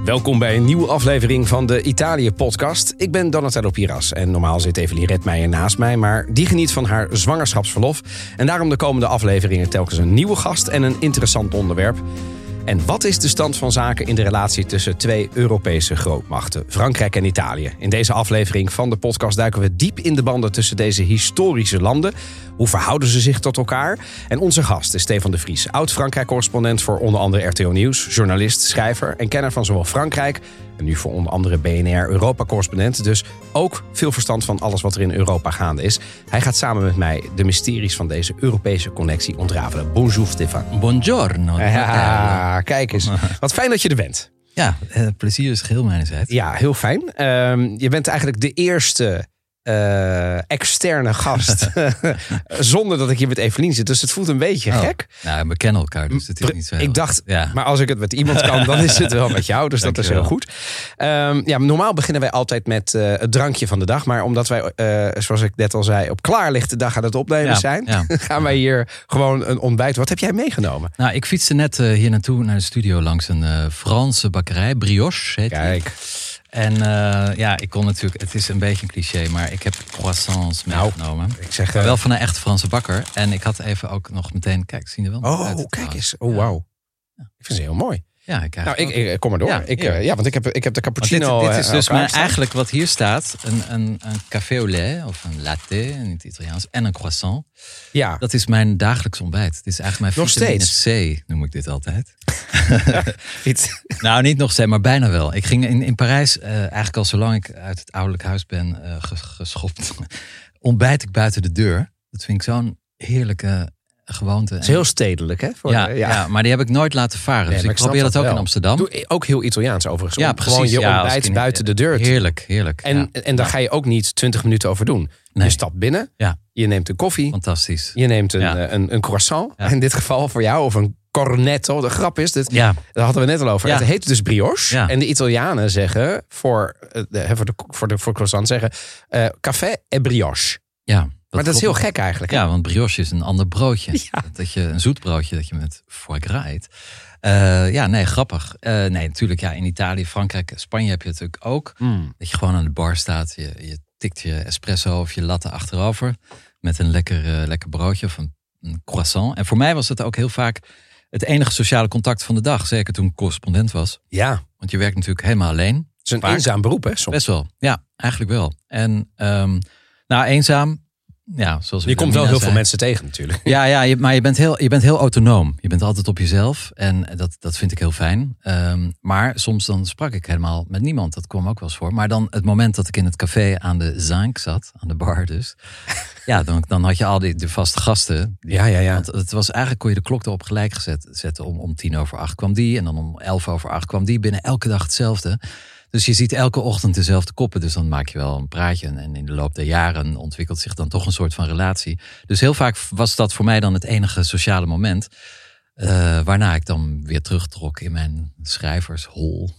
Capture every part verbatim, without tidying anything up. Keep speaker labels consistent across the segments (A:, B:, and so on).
A: Welkom bij een nieuwe aflevering van de Italië-podcast. Ik ben Donatello Piras en normaal zit Evelien Redmeijer naast mij, maar die geniet van haar zwangerschapsverlof. En daarom de komende afleveringen telkens een nieuwe gast en een interessant onderwerp. En wat is de stand van zaken in de relatie tussen twee Europese grootmachten, Frankrijk en Italië? In deze aflevering van de podcast duiken we diep in de banden tussen deze historische landen. Hoe verhouden ze zich tot elkaar? En onze gast is Stefan de Vries, oud-Frankrijk-correspondent voor onder andere R T O Nieuws, journalist, schrijver en kenner van zowel Frankrijk en nu voor onder andere B N R Europa-correspondent. Dus ook veel verstand van alles wat er in Europa gaande is. Hij gaat samen met mij de mysteries van deze Europese connectie ontrafelen. Bonjour, Stefan.
B: Buongiorno.
A: Ja, kijk eens. Wat fijn dat je er bent.
B: Ja, het plezier is geheel mijnerzijds.
A: Ja, heel fijn. Um, je bent eigenlijk de eerste uh, externe gast zonder dat ik hier met Evelien zit. Dus het voelt een beetje
B: oh.
A: gek.
B: Nou, we kennen elkaar, dus het is niet zo heel...
A: Ik dacht,
B: ja.
A: maar als ik het met iemand kan, dan is het wel met jou. Dus dat is heel goed. Um, ja, normaal beginnen wij altijd met uh, het drankje van de dag. Maar omdat wij, uh, zoals ik net al zei, op klaarlichte dag aan het opnemen ja, zijn, ja. gaan wij hier gewoon een ontbijt. Wat heb jij meegenomen?
B: Nou, ik fietste net uh, hier naartoe naar de studio langs een uh, Franse bakkerij. Brioche heet
A: Kijk.
B: Die. En uh, ja, ik kon natuurlijk, het is een beetje een cliché, maar ik heb croissants meegenomen.
A: Nou, ik zeg, uh,
B: maar wel van een echte Franse bakker. En ik had even ook nog meteen, kijk, zien er wel
A: oh,
B: uit.
A: Oh, kijk eens. Oh, wauw. Ja. Ik vind ze heel mooi.
B: Ja, ik
A: nou, ik, ik kom maar door. Ja, ik, uh, ja, want ik heb, ik heb de cappuccino.
B: Dit, dit is dus mijn,
A: staan.
B: eigenlijk wat hier staat: een, een, een café au lait of een latte in het Italiaans en een croissant.
A: Ja.
B: Dat is mijn dagelijks ontbijt. Het is eigenlijk mijn
A: nog
B: vitamine
A: steeds.
B: C, noem ik dit altijd. Nou, niet nog steeds, maar bijna wel. Ik ging in, in Parijs, uh, eigenlijk al zolang ik uit het ouderlijk huis ben uh, geschopt, ontbijt ik buiten de deur. Dat vind ik zo'n heerlijke gewoonte.
A: Het is heel stedelijk, hè? Voor
B: ja,
A: de, ja.
B: ja, maar die heb ik nooit laten varen. Nee, dus ik probeer dat ook wel in Amsterdam.
A: Doe, ook heel Italiaans overigens.
B: Ja, precies.
A: Gewoon je
B: ja,
A: ontbijt buiten de deur.
B: Heerlijk, heerlijk.
A: En,
B: ja.
A: en daar ja. ga je ook niet twintig minuten over doen. Nee. Je stapt binnen,
B: ja.
A: je neemt een koffie.
B: Fantastisch.
A: Je neemt een,
B: ja.
A: een, een croissant.
B: Ja.
A: In dit geval voor jou. Of een cornetto. De grap is, dit, ja. daar hadden we net al over. Ja. Het heet dus brioche.
B: Ja.
A: En de Italianen zeggen voor, uh, voor, de, voor, de, voor croissant zeggen uh, café e brioche.
B: Ja.
A: Dat maar dat is heel gek eigenlijk. Hè?
B: Ja, want brioche is een ander broodje. Ja. Dat je een zoet broodje dat je met foie gras eet. Uh, ja, nee, grappig. Uh, nee, natuurlijk, ja, in Italië, Frankrijk, Spanje heb je het natuurlijk ook. Mm. Dat je gewoon aan de bar staat. Je, je tikt je espresso of je latte achterover. Met een lekker, uh, lekker broodje of een, een croissant. En voor mij was dat ook heel vaak het enige sociale contact van de dag. Zeker toen ik correspondent was.
A: Ja.
B: Want je werkt natuurlijk helemaal alleen. Het
A: is een vaak. eenzaam beroep, hè? Soms.
B: Best wel, ja, eigenlijk wel. En um, nou, eenzaam... Ja, zoals
A: je komt wel heel zei. veel mensen tegen natuurlijk.
B: Ja, ja je, maar je bent, heel, je bent heel autonoom. Je bent altijd op jezelf. En dat, dat vind ik heel fijn. Um, maar soms dan sprak ik helemaal met niemand. Dat kwam ook wel eens voor. Maar dan het moment dat ik in het café aan de Zinc zat. Aan de bar dus. Ja, dan, dan had je al die de vaste gasten.
A: Ja, ja, ja.
B: Want het was eigenlijk, kon je de klok erop gelijk gezet, zetten. Om, om tien over acht kwam die. En dan om elf over acht kwam die. Binnen elke dag hetzelfde. Dus je ziet elke ochtend dezelfde koppen. Dus dan maak je wel een praatje. En in de loop der jaren ontwikkelt zich dan toch een soort van relatie. Dus heel vaak was dat voor mij dan het enige sociale moment. Uh, waarna ik dan weer terugtrok in mijn schrijvershol.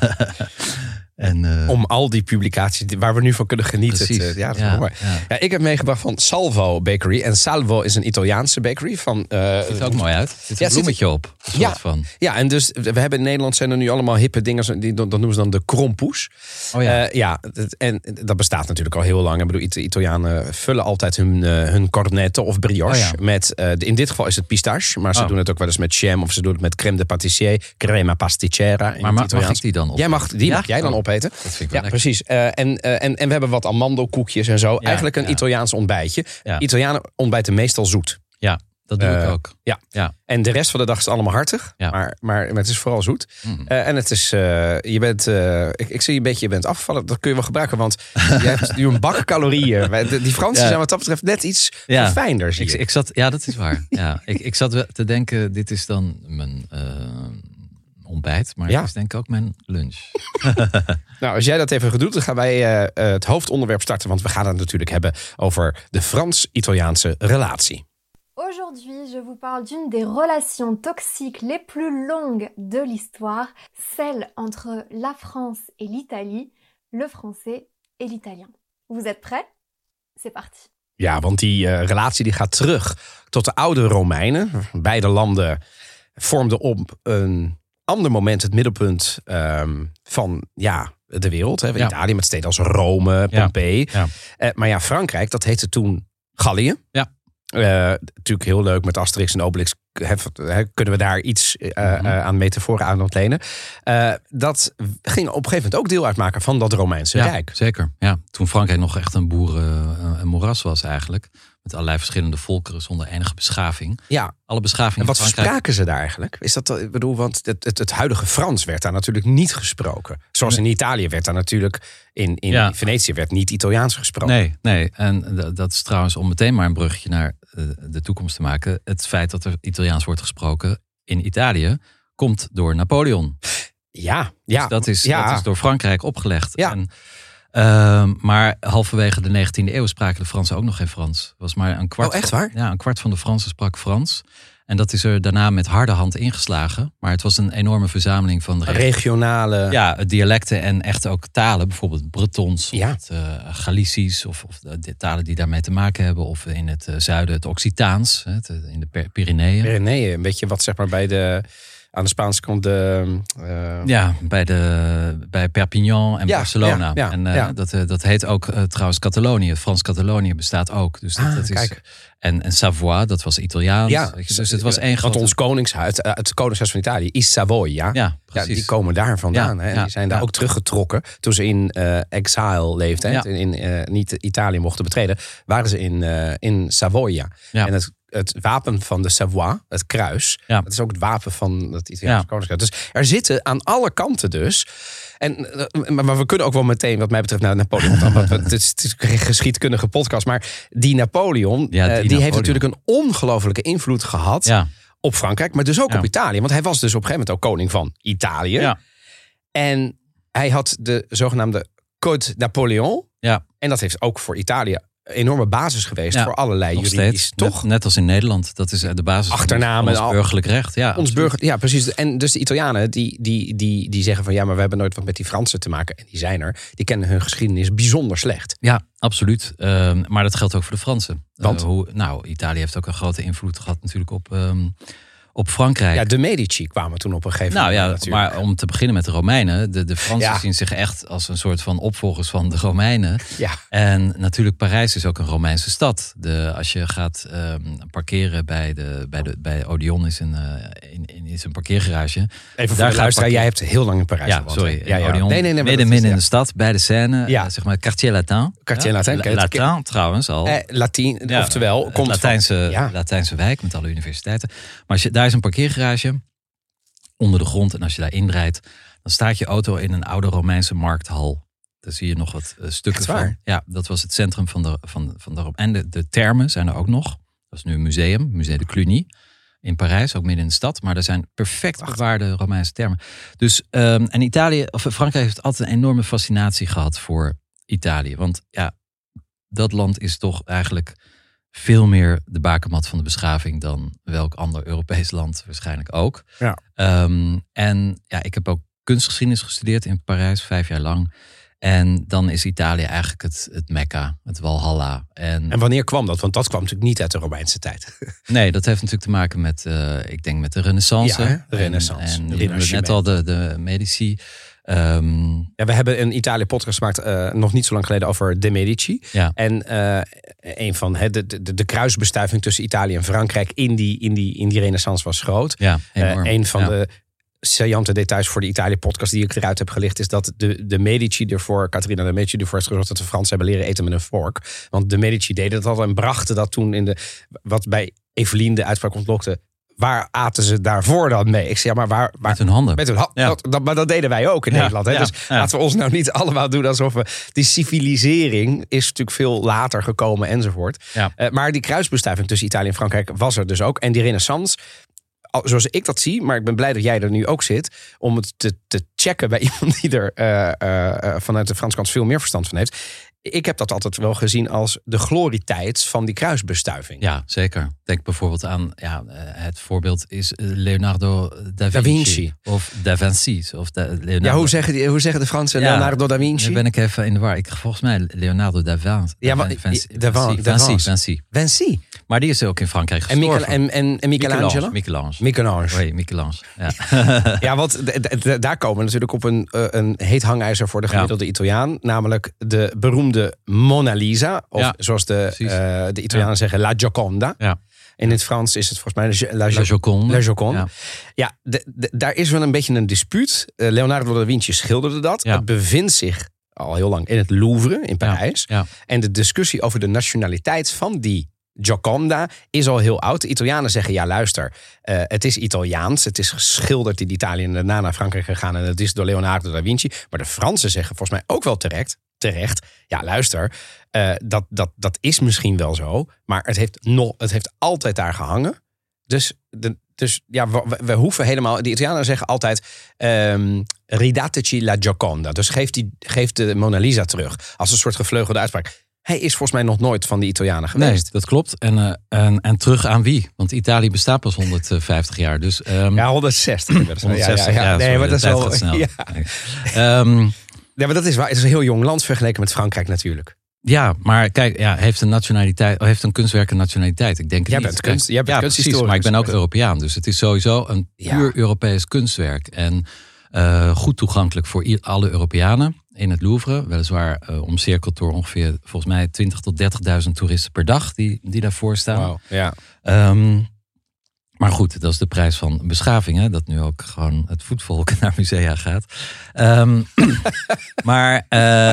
B: En, uh,
A: om al die publicaties waar we nu van kunnen genieten.
B: Precies,
A: te, ja, dat is
B: ja,
A: mooi.
B: Ja.
A: Ja, ik heb meegebracht van Salvo Bakery. En Salvo is een Italiaanse bakery. Van, uh,
B: ziet er ook mooi uit. Er zit een ja, bloemetje zit, op. Een
A: ja,
B: soort van.
A: ja, en dus we hebben in Nederland zijn er nu allemaal hippe dingen. Die, dat noemen ze dan de krompoes.
B: Oh ja.
A: Uh, ja, en dat bestaat natuurlijk al heel lang. Ik bedoel, Italianen vullen altijd hun, uh, hun cornetto of brioche. Oh ja. Met, uh, in dit geval is het pistache. Maar ze oh. doen het ook wel eens met jam. Of ze doen het met crème de pâtissier. Crema pasticcera. In
B: maar mag, mag ik die dan op?
A: Jij mag, die ja? mag jij dan
B: oh.
A: opeten.
B: Dat vind ik
A: ja, precies. Uh, en, uh, en, en we hebben wat amandelkoekjes en zo. Ja, Eigenlijk een ja. Italiaans ontbijtje. Ja. Italianen ontbijten meestal zoet.
B: Ja, dat doe uh, ik ook.
A: Ja. ja. En de rest van de dag is het allemaal hartig. Ja. Maar, maar, maar het is vooral zoet. Mm. Uh, en het is, uh, je bent, uh, ik, ik zie een beetje, je bent afgevallen. Dat kun je wel gebruiken, want je hebt nu een bak calorieën. Die Fransen ja. zijn wat dat betreft net iets ja. fijner, zie
B: ik, ik zat, Ja, dat is waar. ja. ik, ik zat te denken, dit is dan mijn... Uh, ontbijt, maar ja. het is denk ik ook mijn lunch.
A: Nou, als jij dat even doet, dan gaan wij uh, het hoofdonderwerp starten, want we gaan het natuurlijk hebben over de Frans-Italiaanse relatie.
C: Aujourd'hui, je vous parle d'une des relations toxiques les plus longues de l'histoire, celle entre la France et l'Italie, le français et l'italien. Vous êtes prêts? C'est parti.
A: Ja, want die uh, relatie die gaat terug tot de oude Romeinen. Beide landen vormden op een ander moment het middelpunt um, van ja, de wereld. Hè.
B: Ja.
A: Italië met steden als Rome, Pompeii.
B: Ja.
A: Ja. Uh, maar ja, Frankrijk, dat heette toen Gallië.
B: Ja.
A: Uh, natuurlijk heel leuk met Asterix en Obelix. He, he, kunnen we daar iets uh, mm-hmm. uh, aan metaforen aan ontlenen. Uh, dat ging op een gegeven moment ook deel uitmaken van dat Romeinse
B: ja,
A: Rijk.
B: Zeker. Ja, toen Frankrijk nog echt een boeren, een moeras was eigenlijk. Met allerlei verschillende volkeren zonder enige beschaving.
A: Ja.
B: Alle beschavingen.
A: En wat
B: Frankrijk...
A: spraken ze daar eigenlijk? Is dat, ik bedoel, want het, het, het huidige Frans werd daar natuurlijk niet gesproken. Zoals in Italië werd daar natuurlijk, in, in ja. Venetië werd niet Italiaans gesproken.
B: Nee, nee. En dat is trouwens om meteen maar een bruggetje naar de toekomst te maken. Het feit dat er Italiaans wordt gesproken in Italië komt door Napoleon.
A: Ja, ja.
B: Dus dat is,
A: ja.
B: dat is door Frankrijk opgelegd.
A: Ja.
B: En, uh, maar halverwege de negentiende eeuw spraken de Fransen ook nog geen Frans. Was maar een kwart
A: oh, echt
B: van,
A: waar?
B: Ja, een kwart van de Fransen sprak Frans. En dat is er daarna met harde hand ingeslagen. Maar het was een enorme verzameling van
A: reg- regionale
B: ja, dialecten en echt ook talen. Bijvoorbeeld Bretons of
A: ja.
B: het, uh, Galicisch. Of, of de talen die daarmee te maken hebben. Of in het uh, zuiden het Occitaans. Het, in de Pyreneeën.
A: Pyreneeën, een beetje wat zeg maar bij de... aan de Spaanse kant de... Uh...
B: Ja, bij, de, bij Perpignan en
A: ja,
B: Barcelona.
A: Ja, ja,
B: en uh,
A: ja.
B: dat, uh, dat heet ook uh, trouwens Catalonië. Frans Catalonië bestaat ook. Dus dat,
A: ah,
B: dat
A: kijk.
B: is, en, en Savoie, dat was Italiaans.
A: Ja,
B: dus het was één grote...
A: Want ons koningshuis, het koningshuis van Italië is Savoia.
B: Ja, precies.
A: Ja, die komen daar vandaan.
B: Ja,
A: hè?
B: ja,
A: die zijn daar
B: ja.
A: ook teruggetrokken. Toen ze in uh, exile leefden.
B: Ja.
A: In, in uh, niet Italië mochten betreden. Waren ze in, uh, in Savoia.
B: Ja. En
A: het Het wapen van de Savoie, het kruis,
B: ja.
A: dat is ook het wapen van het Italiaanse ja. koningshuis. Dus er zitten aan alle kanten dus. En, maar we kunnen ook wel meteen, wat mij betreft, naar Napoleon. Want het is, het is een geschiedkundige podcast. Maar die Napoleon,
B: ja, die,
A: uh, die
B: Napoleon.
A: heeft natuurlijk een ongelofelijke invloed gehad
B: ja.
A: op Frankrijk. Maar dus ook
B: ja.
A: op Italië. Want hij was dus op een gegeven moment ook koning van Italië.
B: Ja.
A: En hij had de zogenaamde Code Napoleon.
B: Ja.
A: En dat heeft ook voor Italië enorme basis geweest ja, voor allerlei
B: nog
A: juridisch,
B: steeds.
A: toch?
B: Net, net als in Nederland. Dat is de basis
A: Achternamen,
B: van ons burgerlijk recht. Ja,
A: ons burger, ja, precies. En dus de Italianen die, die, die, die zeggen van ja, maar we hebben nooit wat met die Fransen te maken. En die zijn er. Die kennen hun geschiedenis bijzonder slecht.
B: Ja, absoluut. Um, maar dat geldt ook voor de Fransen.
A: Want?
B: Uh, hoe, nou, Italië heeft ook een grote invloed gehad natuurlijk op... Um, op Frankrijk.
A: Ja, de Medici kwamen toen op een gegeven
B: nou,
A: moment.
B: Nou ja,
A: natuurlijk.
B: maar om te beginnen met de Romeinen. De, de Fransen
A: ja.
B: zien zich echt als een soort van opvolgers van de Romeinen.
A: Ja.
B: En natuurlijk Parijs is ook een Romeinse stad. De, als je gaat um, parkeren bij, de, bij, de, bij Odeon is een, uh, in, in, is een parkeergarage.
A: Even voor de luisteraar, jij hebt heel lang in Parijs
B: ja,
A: gewoond.
B: sorry.
A: Ja, ja.
B: Odeon,
A: nee, nee, nee,
B: midden midden in ja. de stad, bij de Seine.
A: Ja.
B: Uh, zeg maar Quartier Latin.
A: Quartier Latin.
B: Ja, Latin trouwens al.
A: Eh, Latin, ja, oftewel.
B: Het
A: komt
B: Latijnse,
A: van, ja.
B: Latijnse wijk met alle universiteiten. Maar als je, daar is een parkeergarage onder de grond. En als je daar inrijdt, dan staat je auto in een oude Romeinse markthal. Daar zie je nog wat uh, stukken van. Ja, dat was het centrum van de, van, van de En de, de termen zijn er ook nog. Dat is nu een museum, Musée de Cluny. In Parijs, ook midden in de stad. Maar er zijn perfect bewaarde Romeinse termen. Dus, um, en Italië, of Frankrijk heeft altijd een enorme fascinatie gehad voor Italië. Want ja, dat land is toch eigenlijk veel meer de bakermat van de beschaving dan welk ander Europees land waarschijnlijk ook.
A: Ja.
B: Um, en ja, ik heb ook kunstgeschiedenis gestudeerd in Parijs, vijf jaar lang. En dan is Italië eigenlijk het, het Mekka, het Walhalla. En,
A: en wanneer kwam dat? Want dat kwam natuurlijk niet uit de Romeinse tijd.
B: Nee, dat heeft natuurlijk te maken met, uh, ik denk met de Renaissance.
A: Ja, de Renaissance.
B: En, en je noemde net al de, de Medici. Um,
A: ja, we hebben een Italië-podcast gemaakt uh, nog niet zo lang geleden over de Medici.
B: Ja.
A: En uh, een van he, de, de, de kruisbestuiving tussen Italië en Frankrijk in die, in die, in die Renaissance was groot.
B: Ja, enorm.
A: Uh, een van
B: ja.
A: de saillante details voor de Italië-podcast die ik eruit heb gelicht is dat de, de Medici ervoor, Catharina de Medici ervoor heeft gezorgd dat de Fransen hebben leren eten met een vork. Want de Medici deden dat al en brachten dat toen in de, wat bij Evelien de uitspraak ontlokte, waar aten ze daarvoor dan mee? Ik zeg, ja, maar waar, waar...
B: Met hun handen.
A: Met hun ha-
B: ja.
A: dat, dat, maar dat deden wij ook in
B: ja,
A: Nederland. Hè?
B: Ja,
A: dus
B: ja.
A: laten we ons nou niet allemaal doen alsof we... Die civilisering is natuurlijk veel later gekomen enzovoort.
B: Ja.
A: Uh, maar die kruisbestuiving tussen Italië en Frankrijk was er dus ook. En die Renaissance, zoals ik dat zie, maar ik ben blij dat jij er nu ook zit, om het te, te checken bij iemand die er uh, uh, vanuit de Franse kant veel meer verstand van heeft. ik heb dat altijd wel gezien als de glorietijd van die kruisbestuiving.
B: Ja, zeker. Denk bijvoorbeeld aan, ja, het voorbeeld is Leonardo da Vinci.
A: Da Vinci.
B: Of Da Vinci. Of da, Leonardo.
A: Ja, hoe zeggen, die, hoe zeggen de Fransen
B: Ja,
A: Leonardo da Vinci?
B: Nu ben ik even in de war. Ik, volgens mij Leonardo da Vinci.
A: Ja, maar
B: Vinci.
A: da Vin- da
B: Vinci.
A: Vinci.
B: Vinci.
A: Vinci.
B: Maar die is ook in Frankrijk
A: En,
B: gestorven.
A: Michel, en, en, en Michelangelo?
B: Michelange.
A: Michelange.
B: Oui, Michelange. Ja.
A: Ja, want d- d- d- daar komen we natuurlijk op een, uh, een heet hangijzer voor de gemiddelde ja. Italiaan. Namelijk de beroemde Mona Lisa. Of
B: ja,
A: zoals de, uh, de Italianen ja. zeggen, La Gioconda.
B: Ja.
A: In het Frans is het volgens mij La,
B: La Joconde.
A: La Joconde.
B: Ja,
A: ja de, de, daar is wel een beetje een dispuut. Uh, Leonardo da Vinci schilderde dat. Ja. Het bevindt zich al heel lang in het Louvre in Parijs.
B: Ja. Ja.
A: En de discussie over de nationaliteit van die Gioconda is al heel oud. De Italianen zeggen, ja luister, uh, het is Italiaans. Het is geschilderd in Italië en daarna naar Frankrijk gegaan. En het is door Leonardo da Vinci. Maar de Fransen zeggen volgens mij ook wel terecht, terecht ja luister, uh, dat, dat, dat is misschien wel zo. Maar het heeft, nog, het heeft altijd daar gehangen. Dus, de, dus ja, we, we hoeven helemaal... De Italianen zeggen altijd Um, ridateci la Gioconda. Dus geef, die, geef de Mona Lisa terug. Als een soort gevleugelde uitspraak. Hij is volgens mij nog nooit van de Italianen geweest.
B: Nee, dat klopt. En, uh, en, en terug aan wie? Want Italië bestaat pas honderdvijftig jaar. Dus, um,
A: ja, honderdzestig.
B: honderdzestig, ja. ja, ja.
A: ja nee,
B: sorry,
A: maar dat is wel...
B: snel.
A: Ja.
B: Um,
A: ja, maar dat is waar. Het is een heel jong land vergeleken met Frankrijk natuurlijk.
B: Ja, maar kijk, ja, heeft een nationaliteit, heeft een kunstwerk een nationaliteit? Ik denk het
A: jij
B: niet.
A: Bent kunst, jij bent
B: ja, precies, maar ik ben ook Europeaan. Dus het is sowieso een puur ja. Europees kunstwerk. En uh, goed toegankelijk voor alle Europeanen in het Louvre. Weliswaar uh, omcirkeld door ongeveer volgens mij twintig tot dertigduizend toeristen per dag die, die daarvoor staan.
A: Wow, ja.
B: Um, Maar goed, dat is de prijs van beschaving. Hè? Dat nu ook gewoon het voetvolk naar musea gaat. Um, maar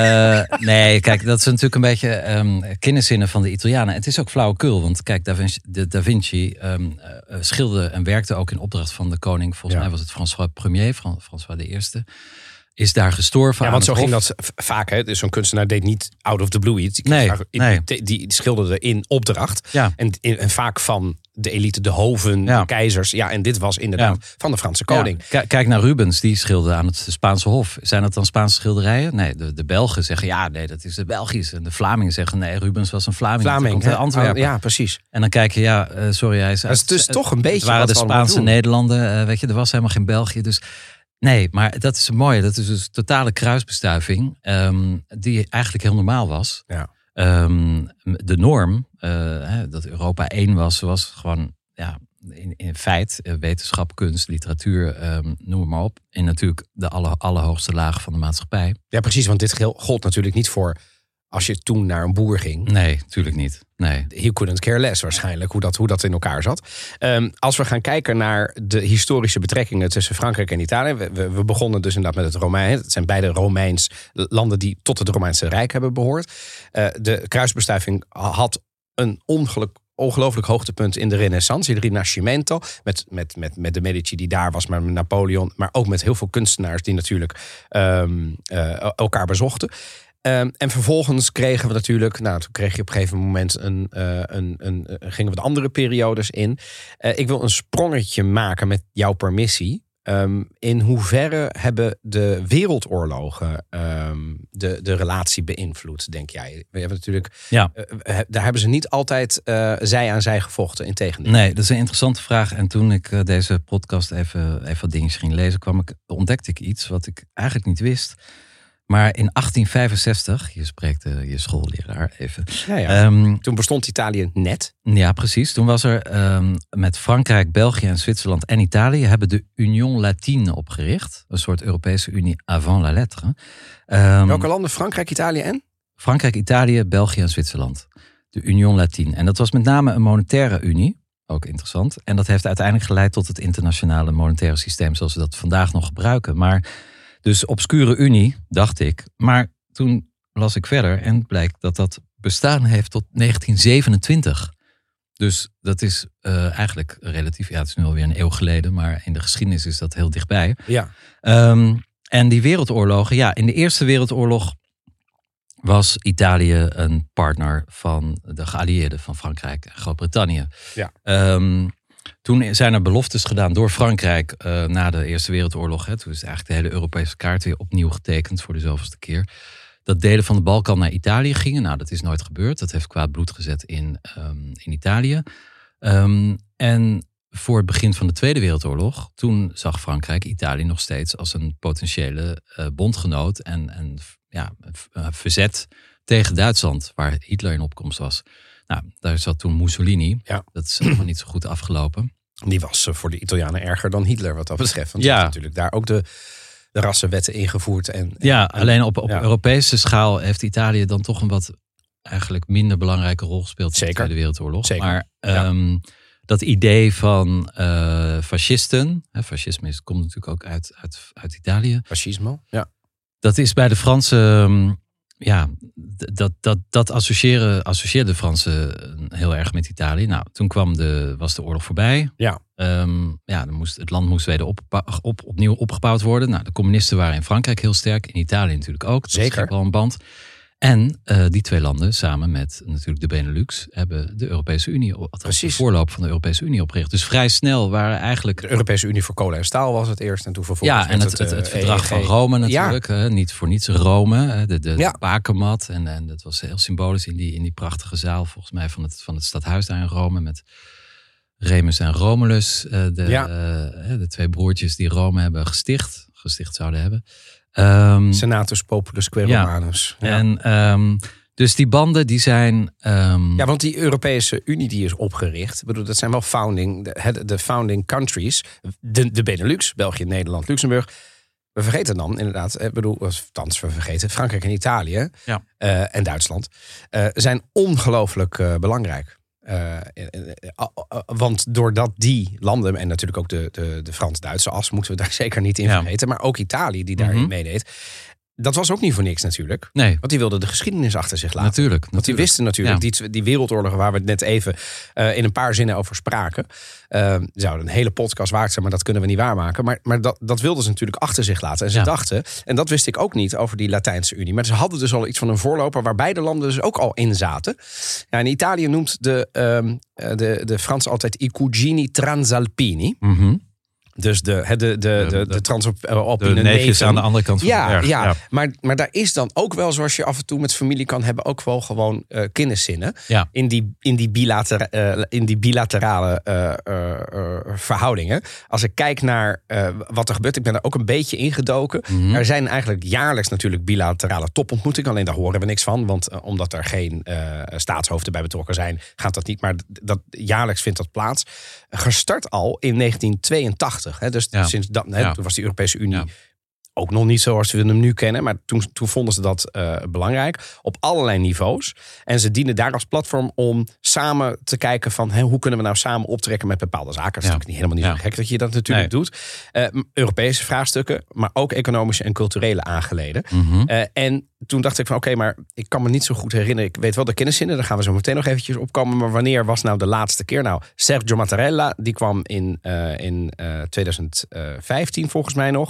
B: uh, nee, kijk, dat is natuurlijk een beetje um, kinderzinnen van de Italianen. Het is ook flauwekul, want kijk, Da Vinci, de Da Vinci um, uh, schilderde en werkte ook in opdracht van de koning. Volgens ja. mij was het François Premier, François de Eerste. Is daar gestorven.
A: Ja, want zo
B: ging
A: hof. dat vaak. Hè? Dus zo'n kunstenaar deed niet out of the blue iets. Die,
B: nee,
A: in,
B: nee.
A: die, die schilderde in opdracht.
B: Ja.
A: En, in, en vaak van de elite, de hoven, ja. de keizers. Ja, en dit was inderdaad ja. van de Franse koning.
B: Ja. Kijk naar Rubens, die schilderde aan het Spaanse Hof. Zijn dat dan Spaanse schilderijen? Nee, de, de Belgen zeggen ja, nee, dat is de Belgisch. En de Vlamingen zeggen nee, Rubens was een Vlaming.
A: Vlaming,
B: komt uit Antwerpen.
A: Ja, precies.
B: En dan kijk je, ja, uh, sorry, hij is.
A: Dat is dus het, toch een beetje.
B: Het waren de Spaanse Nederlanden, uh, weet je, er was helemaal geen België, dus. Nee, maar dat is het mooie. Dat is dus totale kruisbestuiving. Um, die eigenlijk heel normaal was.
A: Ja.
B: Um, de norm, uh, hè, dat Europa één was, was gewoon ja, in, in feit uh, wetenschap, kunst, literatuur, um, noem maar op. In natuurlijk de aller, allerhoogste lagen van de maatschappij.
A: Ja, precies. Want dit gold natuurlijk niet voor als je toen naar een boer ging.
B: Nee, natuurlijk niet. Nee.
A: He couldn't care less waarschijnlijk hoe dat, hoe dat in elkaar zat. Um, als we gaan kijken naar de historische betrekkingen tussen Frankrijk en Italië. We, we, we begonnen dus inderdaad met het Romein. Het zijn beide Romeins landen die tot het Romeinse Rijk hebben behoord. Uh, de kruisbestuiving had een ongeluk. Ongelooflijk hoogtepunt in de Renaissance, il Rinascimento. Met, met, met, met de Medici die daar was, maar met Napoleon. Maar ook met heel veel kunstenaars die natuurlijk um, uh, elkaar bezochten. Um, en vervolgens kregen we natuurlijk, nou, toen kreeg je op een gegeven moment een, uh, een, een, uh, gingen we de andere periodes in. Uh, ik wil een sprongetje maken met jouw permissie. Um, in hoeverre hebben de wereldoorlogen um, de, de relatie beïnvloed, denk jij? We hebben natuurlijk,
B: ja.
A: uh, daar hebben ze niet altijd uh, zij aan zij gevochten, integendeel.
B: Nee, dat is een interessante vraag. En toen ik uh, deze podcast even, even wat dingetjes ging lezen, kwam ik, ontdekte ik iets wat ik eigenlijk niet wist. Maar in achttien vijfenzestig, je spreekt uh, je schoolleraar even.
A: Ja, ja. Um, toen bestond Italië net.
B: Ja, precies. Toen was er um, met Frankrijk, België en Zwitserland en Italië hebben de Union Latine opgericht. Een soort Europese Unie avant la lettre. Um,
A: Welke landen? Frankrijk, Italië en?
B: Frankrijk, Italië, België en Zwitserland. De Union Latine. En dat was met name een monetaire unie. Ook interessant. En dat heeft uiteindelijk geleid tot het internationale monetaire systeem zoals we dat vandaag nog gebruiken. Maar dus obscure unie, dacht ik. Maar toen las ik verder en blijkt dat dat bestaan heeft tot negentien zevenentwintig. Dus dat is uh, eigenlijk relatief, ja, het is nu alweer een eeuw geleden, maar in de geschiedenis is dat heel dichtbij.
A: Ja.
B: Um, en die wereldoorlogen, ja, in de Eerste Wereldoorlog was Italië een partner van de geallieerden van Frankrijk en Groot-Brittannië.
A: Ja.
B: Um, Toen zijn er beloftes gedaan door Frankrijk uh, na de Eerste Wereldoorlog. Hè. Toen is eigenlijk de hele Europese kaart weer opnieuw getekend voor de zoveelste keer. dat delen van de Balkan naar Italië gingen. Nou, dat is nooit gebeurd. Dat heeft kwaad bloed gezet in, um, in Italië. Um, en voor het begin van de Tweede Wereldoorlog, toen zag Frankrijk Italië nog steeds als een potentiële uh, bondgenoot en, en ja, uh, verzet tegen Duitsland, waar Hitler in opkomst was. Nou, daar zat toen Mussolini.
A: Ja.
B: Dat is helemaal niet zo goed afgelopen.
A: Die was uh, voor de Italianen erger dan Hitler wat dat betreft. Want
B: ja.
A: die heeft natuurlijk daar ook de, de rassenwetten ingevoerd. En, en,
B: ja,
A: en,
B: alleen op, op
A: ja.
B: Europese schaal heeft Italië dan toch een wat eigenlijk minder belangrijke rol gespeeld in de Tweede Wereldoorlog.
A: Zeker.
B: Maar um, ja. dat idee van uh, fascisten, hè, fascisme is, komt natuurlijk ook uit, uit, uit Italië.
A: Fascisme, ja.
B: Dat is bij de Fransen, um, ja, dat, dat, dat associëren, associeerden de Fransen heel erg met Italië. Nou, toen kwam de, was de oorlog voorbij.
A: Ja.
B: Um, ja, dan moest, het land moest weer op, op, opnieuw opgebouwd worden. Nou, de communisten waren in Frankrijk heel sterk, in Italië natuurlijk ook. Dat
A: Zeker.
B: is wel een band. En uh, die twee landen, samen met natuurlijk de Benelux, hebben de Europese Unie, althans de voorloper van de Europese Unie opgericht. Dus vrij snel waren eigenlijk...
A: De Europese Unie voor kolen en staal was het eerst en toen vervolgens...
B: Ja, en het, het, het, het verdrag van Rome natuurlijk. Ja. Uh, niet voor niets Rome, de, de, ja. de bakermat. En, en dat was heel symbolisch in die, in die prachtige zaal, volgens mij, van het, van het stadhuis daar in Rome, met Remus en Romulus, uh, de, ja. uh, de twee broertjes die Rome hebben gesticht, gesticht zouden hebben. Um,
A: Senatus Populus Quae Romanus.
B: Ja. Ja. En um, dus die banden die zijn... Um...
A: Ja, want die Europese Unie die is opgericht. Ik bedoel, dat zijn wel founding, de, de founding countries. De, de Benelux, België, Nederland, Luxemburg. We vergeten dan inderdaad, ik bedoel, althans we vergeten, Frankrijk en Italië ja. uh, en Duitsland uh, zijn ongelooflijk uh, belangrijk. Uh, uh, uh, uh, want doordat die landen, en natuurlijk ook de, de, de Frans-Duitse as, moeten we daar zeker niet in ja. vergeten, maar ook Italië die daarin mm-hmm. meedeed. Dat was ook niet voor niks natuurlijk.
B: Nee.
A: Want die wilden de geschiedenis achter zich laten.
B: Natuurlijk.
A: Want die wisten natuurlijk, ja. die, die wereldoorlogen waar we het net even uh, in een paar zinnen over spraken. Uh, zouden een hele podcast waard zijn, maar dat kunnen we niet waarmaken. Maar, maar dat, dat wilden ze natuurlijk achter zich laten. En ze ja. dachten, en dat wist ik ook niet over die Latijnse Unie. Maar ze hadden dus al iets van een voorloper waar beide landen dus ook al in zaten. Ja, in Italië noemt de, um, de, de Fransen altijd i cugini transalpini.
B: Mm-hmm.
A: Dus de, de, de, de, de transalpine
B: de neefjes aan de andere kant van
A: ja,
B: de berg.
A: Ja,
B: ja.
A: Maar, maar daar is dan ook wel, zoals je af en toe met familie kan hebben, ook wel gewoon uh, kenniszinnen.
B: Ja.
A: In, die, in, die bilatera- uh, in die bilaterale uh, uh, uh, verhoudingen. Als ik kijk naar uh, wat er gebeurt, ik ben er ook een beetje ingedoken. Mm-hmm. Er zijn eigenlijk jaarlijks natuurlijk bilaterale topontmoetingen. Alleen daar horen we niks van. Want uh, omdat er geen uh, staatshoofden bij betrokken zijn, gaat dat niet. Maar dat, jaarlijks vindt dat plaats. Gestart al in negentien tweeëntachtig. Hè? Dus ja. sinds dat, hè, ja. toen was die Europese Unie ja. ook nog niet zoals we hem nu kennen. Maar toen, toen vonden ze dat uh, belangrijk. Op allerlei niveaus. En ze dienen daar als platform om samen te kijken van hè, hoe kunnen we nou samen optrekken met bepaalde zaken. Dat is ja. natuurlijk niet, helemaal niet ja. zo gek dat je dat natuurlijk nee. doet. Uh, Europese vraagstukken, maar ook economische en culturele aangeleden.
B: Mm-hmm.
A: Uh, en toen dacht ik van oké, okay, maar ik kan me niet zo goed herinneren. Ik weet wel de kenniszinnen, daar gaan we zo meteen nog eventjes opkomen. Maar wanneer was nou de laatste keer? Nou, Sergio Mattarella, die kwam in, uh, in uh, twintig vijftien volgens mij nog.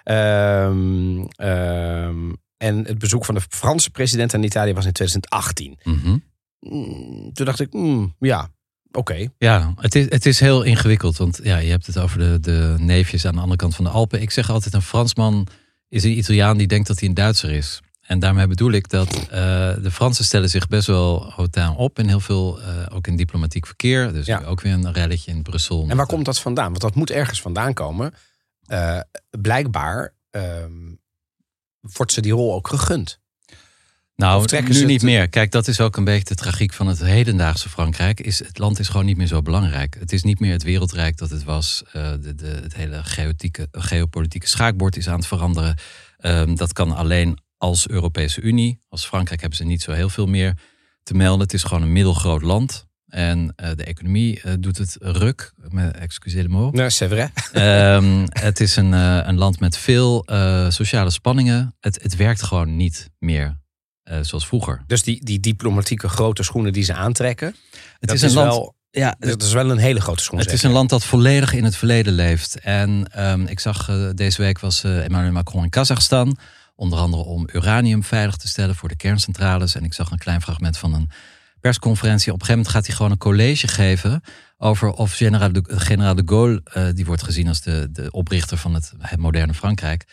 A: Um, um, en het bezoek van de Franse president aan Italië was in twintig achttien.
B: Mm-hmm.
A: Toen dacht ik, mm, ja, oké. Okay.
B: Ja, het is, het is heel ingewikkeld. Want ja, je hebt het over de, de neefjes aan de andere kant van de Alpen. Ik zeg altijd, een Fransman is een Italiaan die denkt dat hij een Duitser is. En daarmee bedoel ik dat uh, de Fransen stellen zich best wel hautain op in heel veel, uh, ook in diplomatiek verkeer. Dus ja. ook weer een relletje in Brussel.
A: En waar komt dat vandaan? Want dat moet ergens vandaan komen. Uh, blijkbaar um, wordt ze die rol ook gegund.
B: Nou, nu niet meer. Kijk, dat is ook een beetje de tragiek van het hedendaagse Frankrijk. Is, het land is gewoon niet meer zo belangrijk. Het is niet meer het wereldrijk dat het was. Uh, de, de, het hele geopolitieke schaakbord is aan het veranderen. Um, dat kan alleen als Europese Unie. Als Frankrijk hebben ze niet zo heel veel meer te melden. Het is gewoon een middelgroot land. En uh, de economie uh, doet het ruk. Excusez le mot.
A: Nee, c'est vrai.
B: Um, het is een, uh, een land met veel uh, sociale spanningen. Het, het werkt gewoon niet meer uh, zoals vroeger.
A: Dus die, die diplomatieke grote schoenen die ze aantrekken.
B: Het
A: dat
B: is, een
A: is
B: land,
A: wel, ja, dat is wel een hele grote schoen.
B: Het is een land dat volledig in het verleden leeft. En um, ik zag uh, deze week was uh, Emmanuel Macron in Kazachstan. Onder andere om uranium veilig te stellen voor de kerncentrales. En ik zag een klein fragment van een persconferentie. Op een gegeven moment gaat hij gewoon een college geven over of generaal de, generaal de Gaulle, uh, die wordt gezien als de, de oprichter van het, het moderne Frankrijk,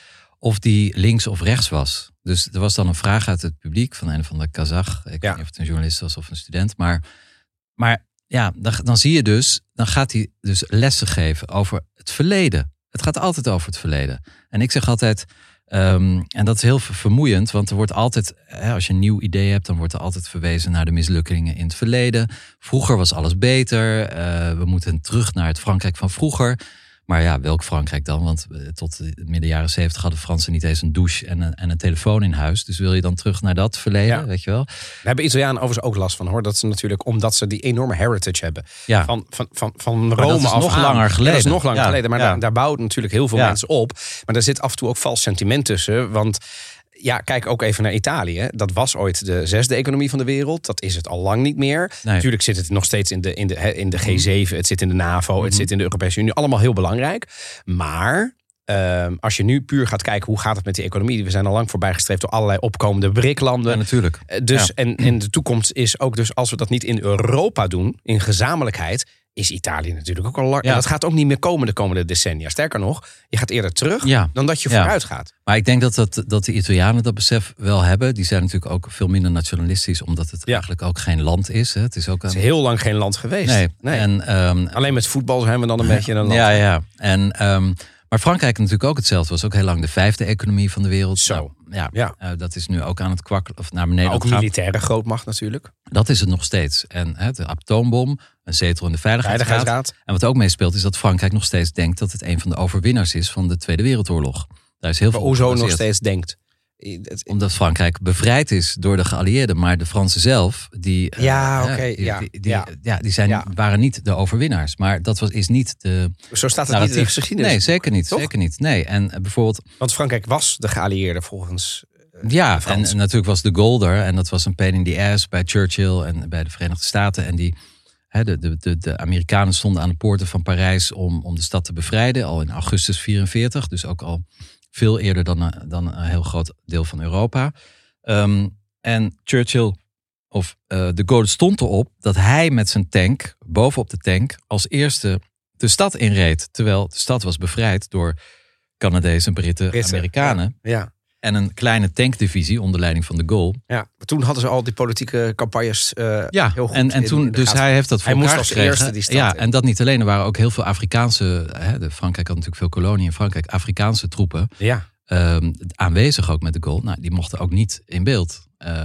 B: of die links of rechts was. Dus er was dan een vraag uit het publiek van een van de Kazach. Ik ja. weet niet of het een journalist was of een student. Maar, maar ja, dan, dan zie je dus, dan gaat hij dus lessen geven over het verleden. Het gaat altijd over het verleden. En ik zeg altijd, um, en dat is heel vermoeiend, want er wordt altijd, hè, als je een nieuw idee hebt, dan wordt er altijd verwezen naar de mislukkingen in het verleden. Vroeger was alles beter. Uh, we moeten terug naar het Frankrijk van vroeger. Maar ja, welk Frankrijk dan? Want tot de midden jaren zeventig hadden Fransen niet eens een douche en een, en een telefoon in huis. Dus wil je dan terug naar dat verleden, ja. weet je wel?
A: Daar hebben Italianen overigens ook last van, hoor. Dat ze natuurlijk, omdat ze die enorme heritage hebben. Ja. Van, van, van, van Rome af aan.
B: Dat is nog langer geleden.
A: Ja, dat is nog langer
B: ja.
A: geleden. Maar ja. daar, daar bouwen natuurlijk heel veel
B: ja.
A: mensen op. Maar daar zit af en toe ook vals sentiment tussen. Want ja, kijk ook even naar Italië. Dat was ooit de zesde economie van de wereld. Dat is het al lang niet meer. Nee. Natuurlijk zit het nog steeds in de, in de, in de G zeven. Het zit in de NAVO. Mm-hmm. Het zit in de Europese Unie. Allemaal heel belangrijk. Maar uh, als je nu puur gaat kijken hoe gaat het met die economie. We zijn al lang voorbijgestreefd door allerlei opkomende B R I C-landen.
B: Ja, natuurlijk.
A: Dus,
B: ja.
A: en, en de toekomst is ook dus, als we dat niet in Europa doen, in gezamenlijkheid, is Italië natuurlijk ook al lang. Ja. En dat gaat ook niet meer komen de komende decennia. Sterker nog, je gaat eerder terug ja. dan dat je
B: ja.
A: vooruit gaat.
B: Maar ik denk dat, dat, dat de Italianen dat besef wel hebben. Die zijn natuurlijk ook veel minder nationalistisch, omdat het ja. eigenlijk ook geen land is. Hè. Het is ook een...
A: Het is heel lang geen land geweest.
B: Nee.
A: nee.
B: En, um...
A: Alleen met voetbal zijn we dan een beetje een land.
B: Ja, ja. En, um... maar Frankrijk natuurlijk ook hetzelfde. Was ook heel lang de vijfde economie van de wereld.
A: Zo.
B: Nou, ja,
A: ja.
B: Uh, dat is nu ook aan het kwakkelen of naar beneden.
A: Maar ook
B: gaat.
A: militaire grootmacht natuurlijk.
B: Dat is het nog steeds. En hè, de atoombom, een zetel in de Veiligheidsraad.
A: Veiligheidsraad.
B: En wat ook meespeelt is dat Frankrijk nog steeds denkt dat het een van de overwinnaars is van de Tweede Wereldoorlog. Daar is heel
A: maar
B: veel
A: hoezo nog steeds denkt?
B: Omdat Frankrijk bevrijd is door de geallieerden, maar de Fransen zelf, die,
A: ja,
B: uh,
A: okay,
B: die,
A: ja,
B: die, die,
A: ja.
B: ja, die zijn,
A: ja.
B: waren niet de overwinnaars. Maar dat was, is niet de.
A: Zo staat het
B: narratief.
A: niet in de geschiedenis.
B: Nee, zeker niet.
A: Toch?
B: Zeker niet. Nee. En uh, bijvoorbeeld.
A: Want Frankrijk was de geallieerde volgens. Uh,
B: ja, en, en natuurlijk was de Gaulle er. En dat was een pain in the ass bij Churchill en bij de Verenigde Staten. En die. He, de, de, de, de Amerikanen stonden aan de poorten van Parijs om, om de stad te bevrijden. Al in augustus vierenveertig. Dus ook al veel eerder dan, dan een heel groot deel van Europa. Um, en Churchill of uh, de Gaulle stond erop dat hij met zijn tank, bovenop de tank, als eerste de stad inreed. Terwijl de stad was bevrijd door Canadezen, Britten, Britten Amerikanen.
A: Ja, ja.
B: En een kleine tankdivisie onder leiding van de Gaulle.
A: Ja, maar toen hadden ze al die politieke campagnes uh,
B: ja,
A: heel goed.
B: En, en toen, dus hij heeft dat voor
A: hij
B: elkaar
A: moest als
B: gekregen.
A: eerste die stad
B: ja,
A: in.
B: En dat niet alleen. Er waren ook heel veel Afrikaanse. Hè, de Frankrijk had natuurlijk veel koloniën in Frankrijk. Afrikaanse troepen.
A: Ja.
B: Um, aanwezig ook met de Gaulle. Nou, die mochten ook niet in beeld.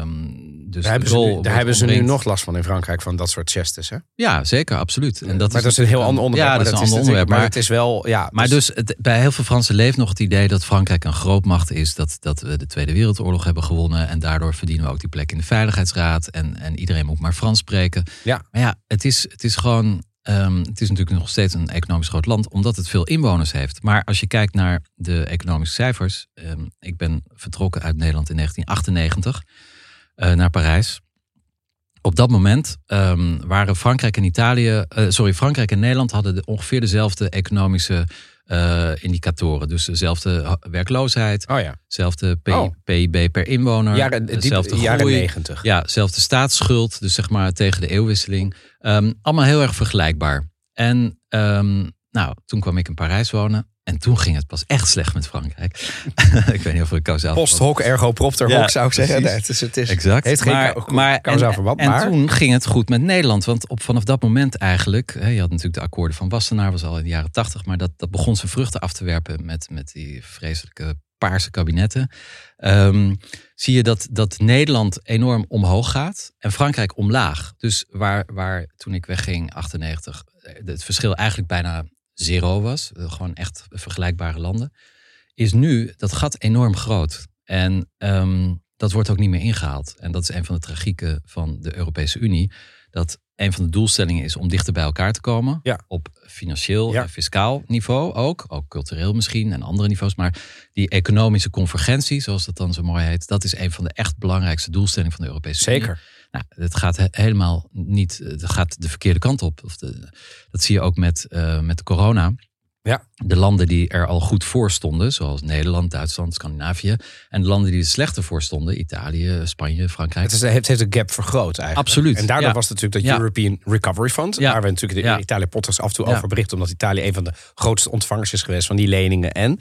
B: Um, dus
A: daar hebben, ze nu, daar hebben ze nu nog last van in Frankrijk, van dat soort gestes, hè?
B: Ja, zeker, absoluut. En dat
A: maar
B: is
A: dat is een heel ander onderwerp.
B: Ja, dat is een
A: dat
B: ander
A: is
B: onderwerp.
A: Maar het is wel, ja.
B: Maar dus, dus het, bij heel veel Fransen leeft nog het idee dat Frankrijk een grootmacht is. Dat, dat we de Tweede Wereldoorlog hebben gewonnen. En daardoor verdienen we ook die plek in de Veiligheidsraad. En, en iedereen moet maar Frans spreken.
A: Ja.
B: Maar ja, het is, het is gewoon. Um, het is natuurlijk nog steeds een economisch groot land, omdat het veel inwoners heeft. Maar als je kijkt naar de economische cijfers. Um, ik ben vertrokken uit Nederland in negentien achtennegentig uh, naar Parijs. Op dat moment um, waren Frankrijk en Italië, uh, sorry, Frankrijk en Nederland hadden de, ongeveer dezelfde economische uh, indicatoren. Dus dezelfde werkloosheid,
A: oh ja.
B: dezelfde P-
A: oh.
B: P I B per inwoner,
A: jaren,
B: dezelfde
A: die, jaren
B: groei,
A: negentig.
B: Ja, dezelfde staatsschuld, dus zeg maar tegen de eeuwwisseling. Um, allemaal heel erg vergelijkbaar. En um, nou, toen kwam ik in Parijs wonen. En toen ging het pas echt slecht met Frankrijk. Ik weet niet of ik causaal
A: Post hoc ergo propter hoc,
B: ja,
A: zou ik zeggen.
B: Precies.
A: Nee, het is, het is,
B: exact.
A: heeft geen
B: maar,
A: ca-
B: maar,
A: causaal
B: en,
A: verband.
B: En
A: maar
B: toen ging het goed met Nederland. Want op, vanaf dat moment eigenlijk. Hè, je had natuurlijk de akkoorden van Wassenaar. Was al in de jaren tachtig. Maar dat, dat begon zijn vruchten af te werpen. Met, met die vreselijke paarse kabinetten. Um, zie je dat, dat Nederland enorm omhoog gaat. En Frankrijk omlaag. Dus waar, waar toen ik wegging, achtennegentig. Het verschil eigenlijk bijna zero was. Gewoon echt vergelijkbare landen. Is nu dat gat enorm groot. En um, dat wordt ook niet meer ingehaald. En dat is een van de tragieken van de Europese Unie. Dat een van de doelstellingen is om dichter bij elkaar te komen.
A: Ja.
B: Op financieel
A: ja.
B: en fiscaal niveau ook. Ook cultureel misschien en andere niveaus. Maar die economische convergentie, zoals dat dan zo mooi heet. Dat is een van de echt belangrijkste doelstellingen van de Europese
A: Zeker.
B: Unie. Nou, het gaat he- helemaal niet. Het gaat de verkeerde kant op. Of de, dat zie je ook met, uh, met de corona.
A: Ja.
B: De landen die er al goed voor stonden, zoals Nederland, Duitsland, Scandinavië. En de landen die er slechter voor stonden, Italië, Spanje, Frankrijk.
A: Het, is, het heeft de gap vergroot eigenlijk.
B: Absoluut.
A: En daardoor
B: ja.
A: was het natuurlijk dat
B: ja.
A: European Recovery Fund.
B: Ja.
A: Waar we natuurlijk de
B: ja.
A: Italië-podcast af en toe
B: ja.
A: over berichten. Omdat Italië een van de grootste ontvangers is geweest van die leningen. En,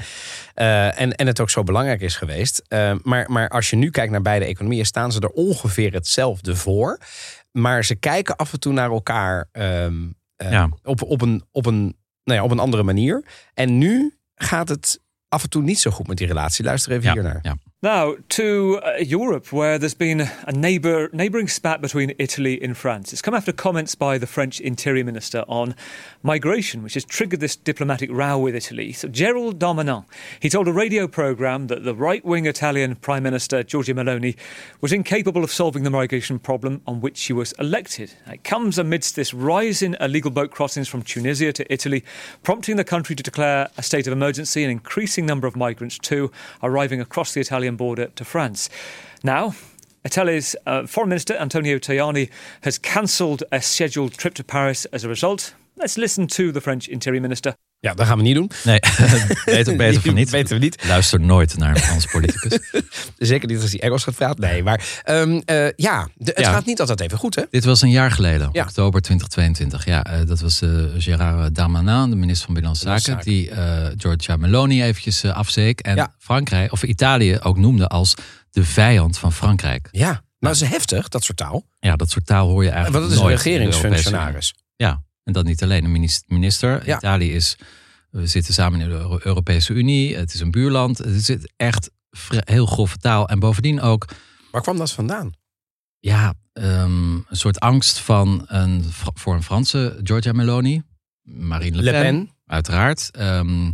A: uh, en, en het ook zo belangrijk is geweest. Uh, maar, maar als je nu kijkt naar beide economieën, staan ze er ongeveer hetzelfde voor. Maar ze kijken af en toe naar elkaar um, uh,
B: ja.
A: op, op, een, op, een, nou ja, op een andere manier. En nu gaat het af en toe niet zo goed met die relatie. Luister even
B: ja.
A: hiernaar.
B: Ja.
D: Now to uh, Europe, where there's been a neighbour, neighbouring spat between Italy and France. It's come after comments by the French Interior Minister on migration, which has triggered this diplomatic row with Italy. So Gerald Darmanin, he told a radio programme that the right-wing Italian Prime Minister Giorgia Meloni was incapable of solving the migration problem on which she was elected. It comes amidst this rise in illegal boat crossings from Tunisia to Italy, prompting the country to declare a state of emergency, an increasing number of migrants too arriving across the Italian border to France. Now, Italy's uh, Foreign Minister Antonio Tajani has cancelled a scheduled trip to Paris as a result. Let's listen to the French Interior Minister.
A: Ja, dat gaan we niet doen.
B: Nee, beter, beter van niet.
A: Weten we niet.
B: Luister nooit naar een Frans politicus.
A: Zeker niet als hij Engels gaat praten. Nee, maar um, uh, ja, de, het
B: ja.
A: gaat niet altijd even goed, hè?
B: Dit was een jaar geleden,
A: ja.
B: oktober twintig tweeëntwintig. Ja, uh, dat was uh, Gérard Darmanin, de minister van Binnenlandse Zaken, die uh, Giorgia Meloni eventjes uh, afzeek. En ja. Frankrijk, of Italië ook noemde als de vijand van Frankrijk.
A: Ja, maar dat is heftig, dat soort taal.
B: Ja, dat soort taal hoor je eigenlijk
A: nooit. Want dat is
B: nooit
A: een regeringsfunctionaris.
B: Ja, en dat niet alleen een minister.
A: Ja.
B: Italië is, we zitten samen in de Europese Unie. Het is een buurland. Het is echt heel grove taal. En bovendien ook...
A: Waar kwam dat vandaan?
B: Ja, um, een soort angst van een, voor een Franse Giorgia Meloni. Marine Le,
A: Le
B: Pen,
A: Pen.
B: Uiteraard. Um,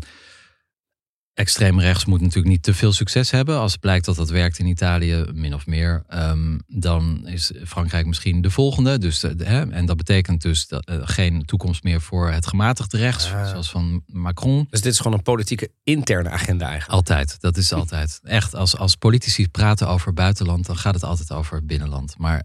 B: Extreem rechts moet natuurlijk niet te veel succes hebben. Als het blijkt dat dat werkt in Italië, min of meer, um, dan is Frankrijk misschien de volgende. Dus de, de, hè, en dat betekent dus dat, uh, geen toekomst meer voor het gematigde rechts, ah. zoals van Macron.
A: Dus dit is gewoon een politieke interne agenda eigenlijk?
B: Altijd, dat is altijd. Echt, als, als politici praten over buitenland, dan gaat het altijd over binnenland. Maar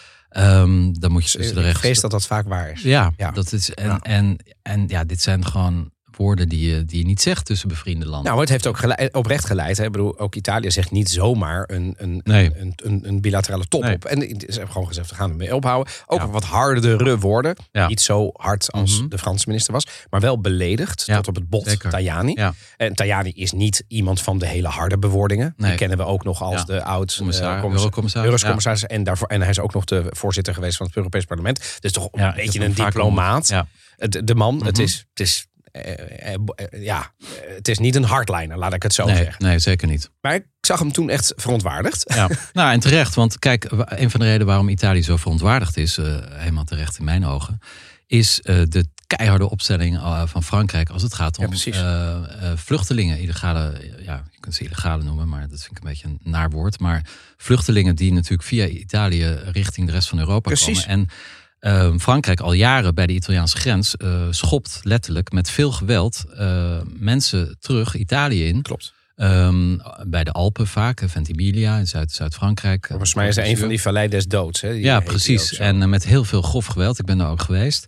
B: um, dan moet je tussen de rechts...
A: Ik vrees dat dat vaak waar is.
B: Ja, ja. Dat is, en, ja. En, en ja, dit zijn gewoon... woorden die je, die je niet zegt tussen bevriende landen.
A: Nou, het heeft ook geleid, oprecht geleid. Hè? Ik bedoel, ook Italië zegt niet zomaar een, een,
B: nee.
A: een, een, een bilaterale top nee. op. En ze hebben gewoon gezegd, we gaan ermee ophouden. Ook
B: ja.
A: wat hardere woorden.
B: Ja.
A: Niet zo hard als mm-hmm. de Franse minister was. Maar wel beledigd ja. tot op het bot
B: Zeker.
A: Tajani.
B: Ja.
A: En Tajani is niet iemand van de hele harde bewoordingen.
B: Nee.
A: Die kennen we ook nog als
B: ja.
A: de oud
B: Commissar,
A: uh,
B: eurocommissaris.
A: eurocommissaris. Ja. En, daarvoor, en hij is ook nog de voorzitter geweest van het Europees Parlement. Dus toch
B: ja,
A: een beetje een diplomaat.
B: Ja.
A: De, de man,
B: mm-hmm.
A: het is... Het is Uh, uh, uh, ja, uh, het is niet een hardliner, laat ik het zo
B: nee,
A: zeggen.
B: Nee, zeker niet.
A: Maar ik zag hem toen echt verontwaardigd.
B: Ja, nou en terecht, want kijk, een van de redenen waarom Italië zo verontwaardigd is, uh, helemaal terecht in mijn ogen, is uh, de keiharde opstelling uh, van Frankrijk als het gaat om
A: ja,
B: uh, uh, vluchtelingen, illegale, ja, je kunt ze illegale noemen, maar dat vind ik een beetje een naar woord, maar vluchtelingen die natuurlijk via Italië richting de rest van Europa
A: precies.
B: komen. En Uh, Frankrijk al jaren bij de Italiaanse grens uh, schopt letterlijk met veel geweld uh, mensen terug Italië in.
A: Klopt.
B: Um, bij de Alpen vaak, Ventimiglia in Zuid- Zuid-Frankrijk.
A: Volgens mij is er een van die Vallei des Doods. Hè? Die
B: ja, precies. En uh, met heel veel grof geweld. Ik ben daar ook geweest.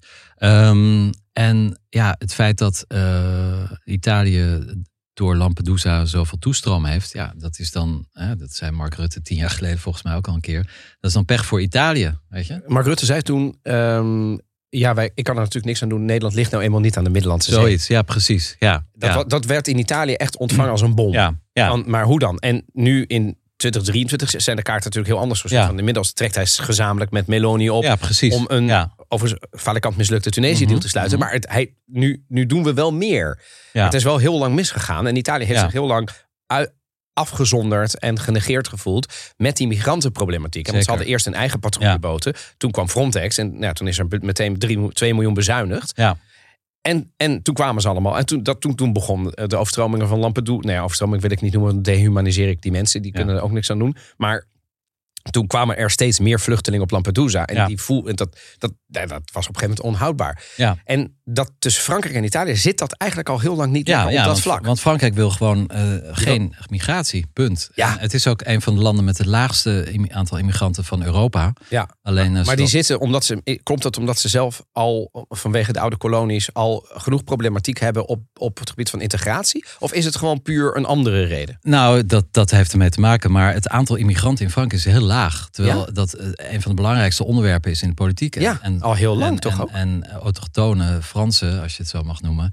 B: Um, en ja, het feit dat uh, Italië door Lampedusa zoveel toestroom heeft, ja, dat is dan, hè, dat zei Mark Rutte tien jaar geleden volgens mij ook al een keer, dat is dan pech voor Italië, weet je?
A: Mark Rutte zei toen, um, ja, wij, ik kan er natuurlijk niks aan doen. Nederland ligt nou eenmaal niet aan de Middellandse Zee.
B: Zoiets, ja, precies. Ja,
A: dat,
B: ja.
A: dat werd in Italië echt ontvangen als een bom.
B: Ja, ja.
A: Van, maar hoe dan? En nu in twintig drieëntwintig zijn de kaarten natuurlijk heel anders gezet. Ja. Inmiddels trekt hij gezamenlijk met Meloni op
B: ja, precies.
A: om een
B: ja.
A: over valikant mislukte Tunesië-deal mm-hmm. te sluiten. Mm-hmm. Maar het, hij, nu, nu doen we wel meer. Ja. Het is wel heel lang misgegaan. En Italië heeft ja. zich heel lang uit, afgezonderd en genegeerd gevoeld met die migrantenproblematiek. Want ze hadden eerst een eigen patrouilleboten. Ja. Toen kwam Frontex en nou, toen is er meteen drie, twee miljoen bezuinigd.
B: Ja.
A: En, en toen kwamen ze allemaal. En toen, dat, toen, toen begon de overstromingen van Lampedusa. Nee, overstroming wil ik niet noemen. Dan dehumaniseer ik die mensen. Die ja. kunnen er ook niks aan doen. Maar toen kwamen er steeds meer vluchtelingen op Lampedusa. En ja. die voel, dat, dat, dat was op een gegeven moment onhoudbaar.
B: Ja.
A: En dat tussen Frankrijk en Italië zit dat eigenlijk al heel lang niet
B: ja,
A: meer op
B: ja,
A: dat
B: want,
A: vlak.
B: Want Frankrijk wil gewoon uh, geen migratie, punt.
A: Ja.
B: En het is ook een van de landen met het laagste aantal immigranten van Europa.
A: Ja.
B: Alleen, uh,
A: maar die zitten, omdat ze, klopt dat omdat ze zelf al vanwege de oude kolonies al genoeg problematiek hebben op, op het gebied van integratie? Of is het gewoon puur een andere reden?
B: Nou, dat, dat heeft ermee te maken. Maar het aantal immigranten in Frankrijk is heel laag. Terwijl
A: ja?
B: dat een van de belangrijkste onderwerpen is in de politiek. En,
A: ja,
B: en,
A: al heel lang
B: en,
A: toch
B: en,
A: ook?
B: En autochtone Fransen, als je het zo mag noemen,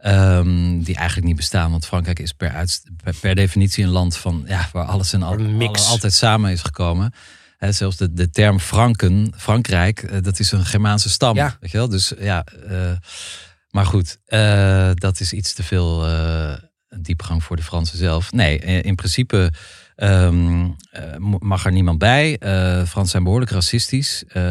B: um, die eigenlijk niet bestaan. Want Frankrijk is per, uit, per, per definitie een land van, ja, waar alles en al, alle, altijd samen is gekomen. He, zelfs de, de term Franken, Frankrijk, uh, dat is een Germaanse stam.
A: Ja.
B: Weet je wel? Dus ja, uh, maar goed, uh, dat is iets te veel uh, diepgang voor de Fransen zelf. Nee, in, in principe um, uh, mag er niemand bij. Uh, Fransen zijn behoorlijk racistisch. Uh,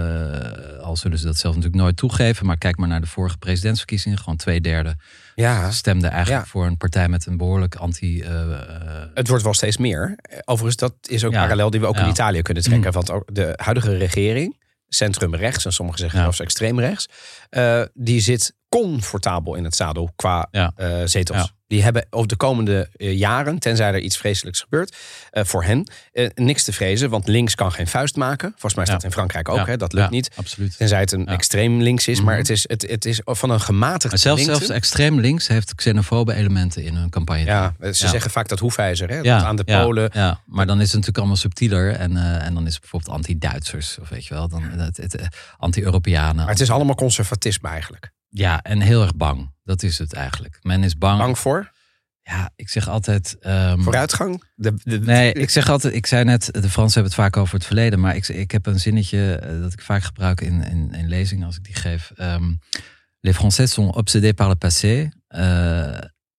B: al zullen ze dat zelf natuurlijk nooit toegeven. Maar kijk maar naar de vorige presidentsverkiezingen. Gewoon twee derde ja. stemde eigenlijk ja. voor een partij met een behoorlijk anti... Uh, uh,
A: het wordt wel steeds meer. Overigens, dat is ook ja. parallel die we ook ja. in Italië kunnen trekken. Mm. Want ook de huidige regering, centrumrechts, en sommigen zeggen
B: ja.
A: zelfs extreemrechts, uh, die zit comfortabel in het zadel qua ja. uh, zetels. Ja. Die hebben over de komende uh, jaren, tenzij er iets vreselijks gebeurt, uh, voor hen uh, niks te vrezen. Want links kan geen vuist maken. Volgens mij staat ja. in Frankrijk ook, ja. hè, dat lukt ja, niet.
B: Absoluut.
A: Tenzij het een ja. extreem links is. Mm-hmm. Maar het is, het, het is van een gematigd
B: zelfs,
A: linkse.
B: Zelfs extreem links heeft xenofobe elementen in hun campagne.
A: Ja, ze ja. zeggen vaak dat hoefijzer, hè,
B: ja.
A: dat aan de
B: ja.
A: Polen.
B: Ja. Maar dan is het natuurlijk allemaal subtieler. En, uh, en dan is het bijvoorbeeld anti-Duitsers. Of weet je wel, dan, het, het, het, anti-Europeanen.
A: Maar het is allemaal conservatisme eigenlijk.
B: Ja, en heel erg bang. Dat is het eigenlijk. Men is bang.
A: Bang voor?
B: Ja, ik zeg altijd... Um,
A: Vooruitgang? De, de,
B: nee, ik zeg altijd... Ik zei net, de Fransen hebben het vaak over het verleden. Maar ik, ik heb een zinnetje uh, dat ik vaak gebruik in, in, in lezingen als ik die geef. Um, Les Français sont obsédés par le passé. Uh,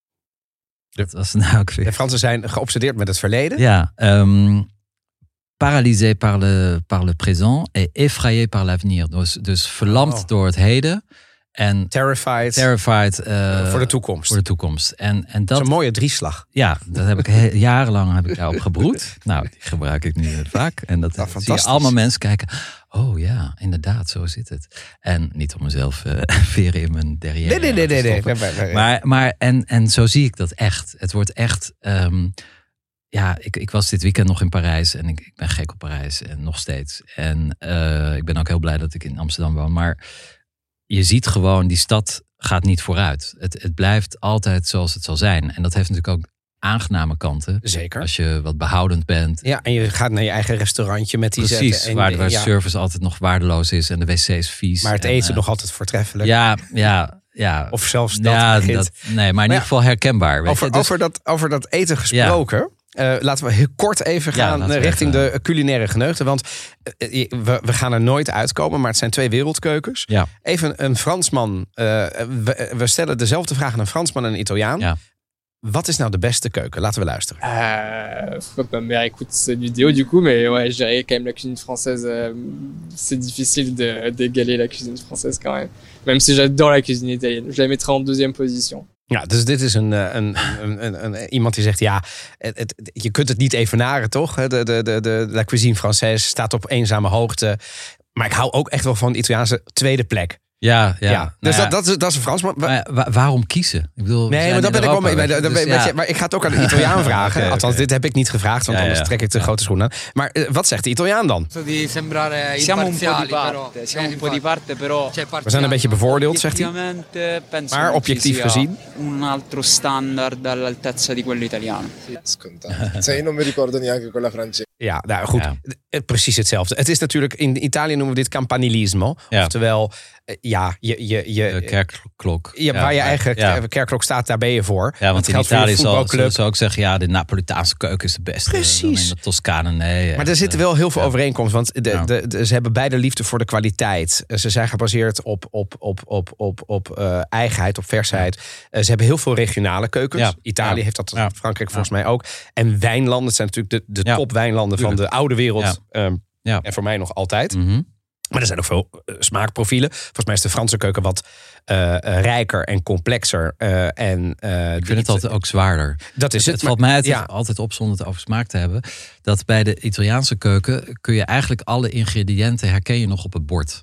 B: dat was nou ook weer...
A: De Fransen zijn geobsedeerd met het verleden.
B: Ja. Um, paralysés par le, par le présent et effrayés par l'avenir. Dus, dus verlamd oh. door het heden. En
A: terrified,
B: terrified uh,
A: voor de toekomst.
B: Voor de toekomst. En, en dat,
A: dat is een mooie drieslag.
B: Ja, dat heb ik he- jarenlang heb ik daarop gebroed. Nou, die gebruik ik nu vaak. En dat
A: nou,
B: zie je allemaal mensen kijken. Oh ja, inderdaad, zo zit het. En niet om mezelf uh, veren in mijn derrière.
A: Nee, nee, nee, nee, nee, nee, nee.
B: Maar, maar en, en zo zie ik dat echt. Het wordt echt. Um, ja, ik, ik was dit weekend nog in Parijs en ik, ik ben gek op Parijs en nog steeds. En uh, ik ben ook heel blij dat ik in Amsterdam woon. Maar je ziet gewoon, die stad gaat niet vooruit. Het, het blijft altijd zoals het zal zijn. En dat heeft natuurlijk ook aangename kanten.
A: Zeker.
B: Als je wat behoudend bent.
A: Ja, en je gaat naar je eigen restaurantje met die
B: Precies,
A: zetten. En,
B: waar de, waar de
A: ja.
B: service altijd nog waardeloos is en de wc's vies.
A: Maar het
B: en,
A: eten
B: uh,
A: nog altijd voortreffelijk.
B: Ja, ja, ja.
A: Of zelfs dat.
B: Ja, dat nee, maar in maar ieder geval herkenbaar. Weet
A: over,
B: je? Dus,
A: over, dat, over dat eten gesproken. Ja. Uh, laten we heel kort even gaan ja, richting even. de culinaire geneugten. Want uh, we, we gaan er nooit uitkomen, maar het zijn twee wereldkeukens.
B: Ja. Even
A: een Fransman. Uh, we, we stellen dezelfde vraag aan een Fransman en een Italiaan.
B: Ja.
A: Wat is nou de beste keuken? Laten we luisteren.
E: Euh, ma mère écoute cette vidéo du coup, mais ouais, je dirais quand même la cuisine française. Euh, c'est difficile de, d'égaler la cuisine française quand même. Même si j'adore la cuisine italienne. Je la mettrais en deuxième position.
A: Ja, dus dit is een, een, een, een, een, iemand die zegt, ja, het, het, je kunt het niet evenaren, toch? De, de, de, de, de cuisine française staat op eenzame hoogte. Maar ik hou ook echt wel van de Italiaanse tweede plek.
B: Ja, ja.
A: ja. Dus
B: nou
A: dat, dat, is, dat is een Fransman.
B: Maar wa- waarom kiezen? Ik bedoel,
A: nee, maar dat ben
B: Europa,
A: ik wel mee. Dus, ja. je, maar ik ga het ook aan de Italiaan vragen.
B: okay,
A: Althans,
B: okay.
A: dit heb ik niet gevraagd, want ja, anders ja. trek ik de ja. grote schoen aan. Maar uh, wat zegt de Italiaan dan?
E: Di sembrare siamo un po' di parte, siamo un po' di parte, però
A: we zijn een beetje bevoordeeld, zegt hij. Maar objectief gezien.
E: Un altro standard all'altezza di quello italiano.
F: Scontato. Io non mi ricordo neanche quella francese.
A: Ja, nou goed, ja. precies hetzelfde. Het is natuurlijk, in Italië noemen we dit campanilismo. Ja. Oftewel, ja, je... je, je
B: de kerkklok.
A: Ja, waar ja, je eigen ja. kerkklok staat, daar ben je voor.
B: Ja, want in Italië zal ze ook zeggen, ja, de Napolitaanse keuken is de beste. Precies. Dan in de Toscane, nee.
A: Maar er zitten wel heel veel ja. overeenkomsten. Want de, ja. de, de, ze hebben beide liefde voor de kwaliteit. Ze zijn gebaseerd op, op, op, op, op, op uh, eigenheid, op versheid. Ja. Uh, ze hebben heel veel regionale keukens. Ja. Italië ja. heeft dat, ja. Frankrijk volgens ja. mij ook. En wijnlanden zijn natuurlijk de, de ja. top wijnlanden van de oude wereld. Ja. Um, ja. En voor mij nog altijd.
B: Mm-hmm.
A: Maar er zijn ook veel uh, smaakprofielen. Volgens mij is de Franse keuken wat uh, uh, rijker en complexer. Uh, en, uh,
B: ik vind het altijd ook zwaarder.
A: Dat is
B: het.
A: Het,
B: het valt mij het ja. altijd op, zonder het over smaak te hebben, dat bij de Italiaanse keuken kun je eigenlijk alle ingrediënten herken je nog op het bord.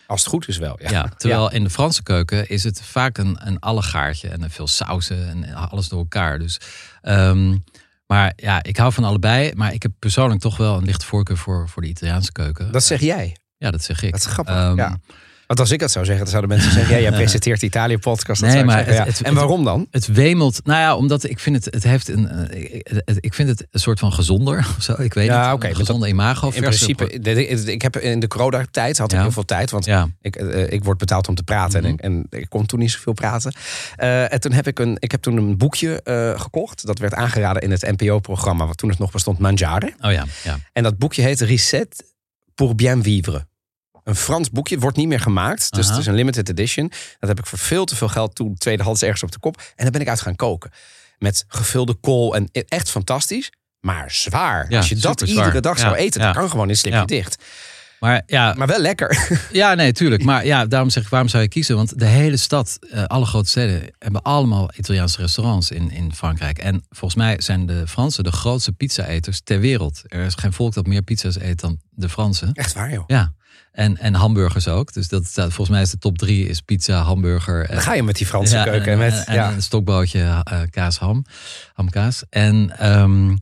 A: Als het goed is wel, ja.
B: Ja, terwijl ja. in de Franse keuken is het vaak een, een allegaartje en veel sauzen en alles door elkaar. Dus, um, maar ja, ik hou van allebei. Maar ik heb persoonlijk toch wel een lichte voorkeur voor, voor de Italiaanse keuken.
A: Dat zeg jij?
B: Ja, dat zeg ik.
A: Dat is grappig,
B: um,
A: ja. Want als ik dat zou zeggen, dan zouden mensen zeggen... ja, jij presenteert de Italië-podcast.
B: Nee, maar
A: zeggen,
B: het,
A: ja.
B: het,
A: en waarom dan?
B: Het, het wemelt. Nou ja, omdat ik vind het... het heeft een, uh, ik vind het een soort van gezonder. Of zo, ik weet
A: ja,
B: niet.
A: Okay,
B: een gezonde
A: dat,
B: imago.
A: In principe, de, de, ik heb in de corona-tijd had ik ja. heel veel tijd. Want ja. ik, uh, ik word betaald om te praten. Mm-hmm. En, en ik kon toen niet zoveel praten. Uh, en toen heb ik een, ik heb toen een boekje uh, gekocht. Dat werd aangeraden in het N P O-programma. Wat toen het nog bestond, Mangiare.
B: Oh ja, ja. En
A: dat boekje heet Recette pour bien vivre. Een Frans boekje, het wordt niet meer gemaakt. Dus Aha. het is een limited edition. Dat heb ik voor veel te veel geld toen tweedehands ergens op de kop. En dan ben ik uit gaan koken. Met gevulde kool en echt fantastisch. Maar zwaar. Ja, Als je dat zwaar. iedere dag ja. zou eten, ja. dan kan gewoon een slipje ja. dicht.
B: Maar, ja,
A: maar wel lekker.
B: Ja, nee, tuurlijk. Maar ja, daarom zeg ik, waarom zou je kiezen? Want de hele stad, uh, alle grote steden, hebben allemaal Italiaanse restaurants in, in Frankrijk. En volgens mij zijn de Fransen de grootste pizza-eters ter wereld. Er is geen volk dat meer pizza's eet dan de Fransen.
A: Echt waar, joh.
B: Ja. En, en hamburgers ook. Dus dat staat, volgens mij is de top drie is pizza, hamburger.
A: Dan ga je met die Franse ja, keuken.
B: En,
A: met,
B: en,
A: ja.
B: en een stokbroodje uh, kaas, ham. Hamkaas. En um,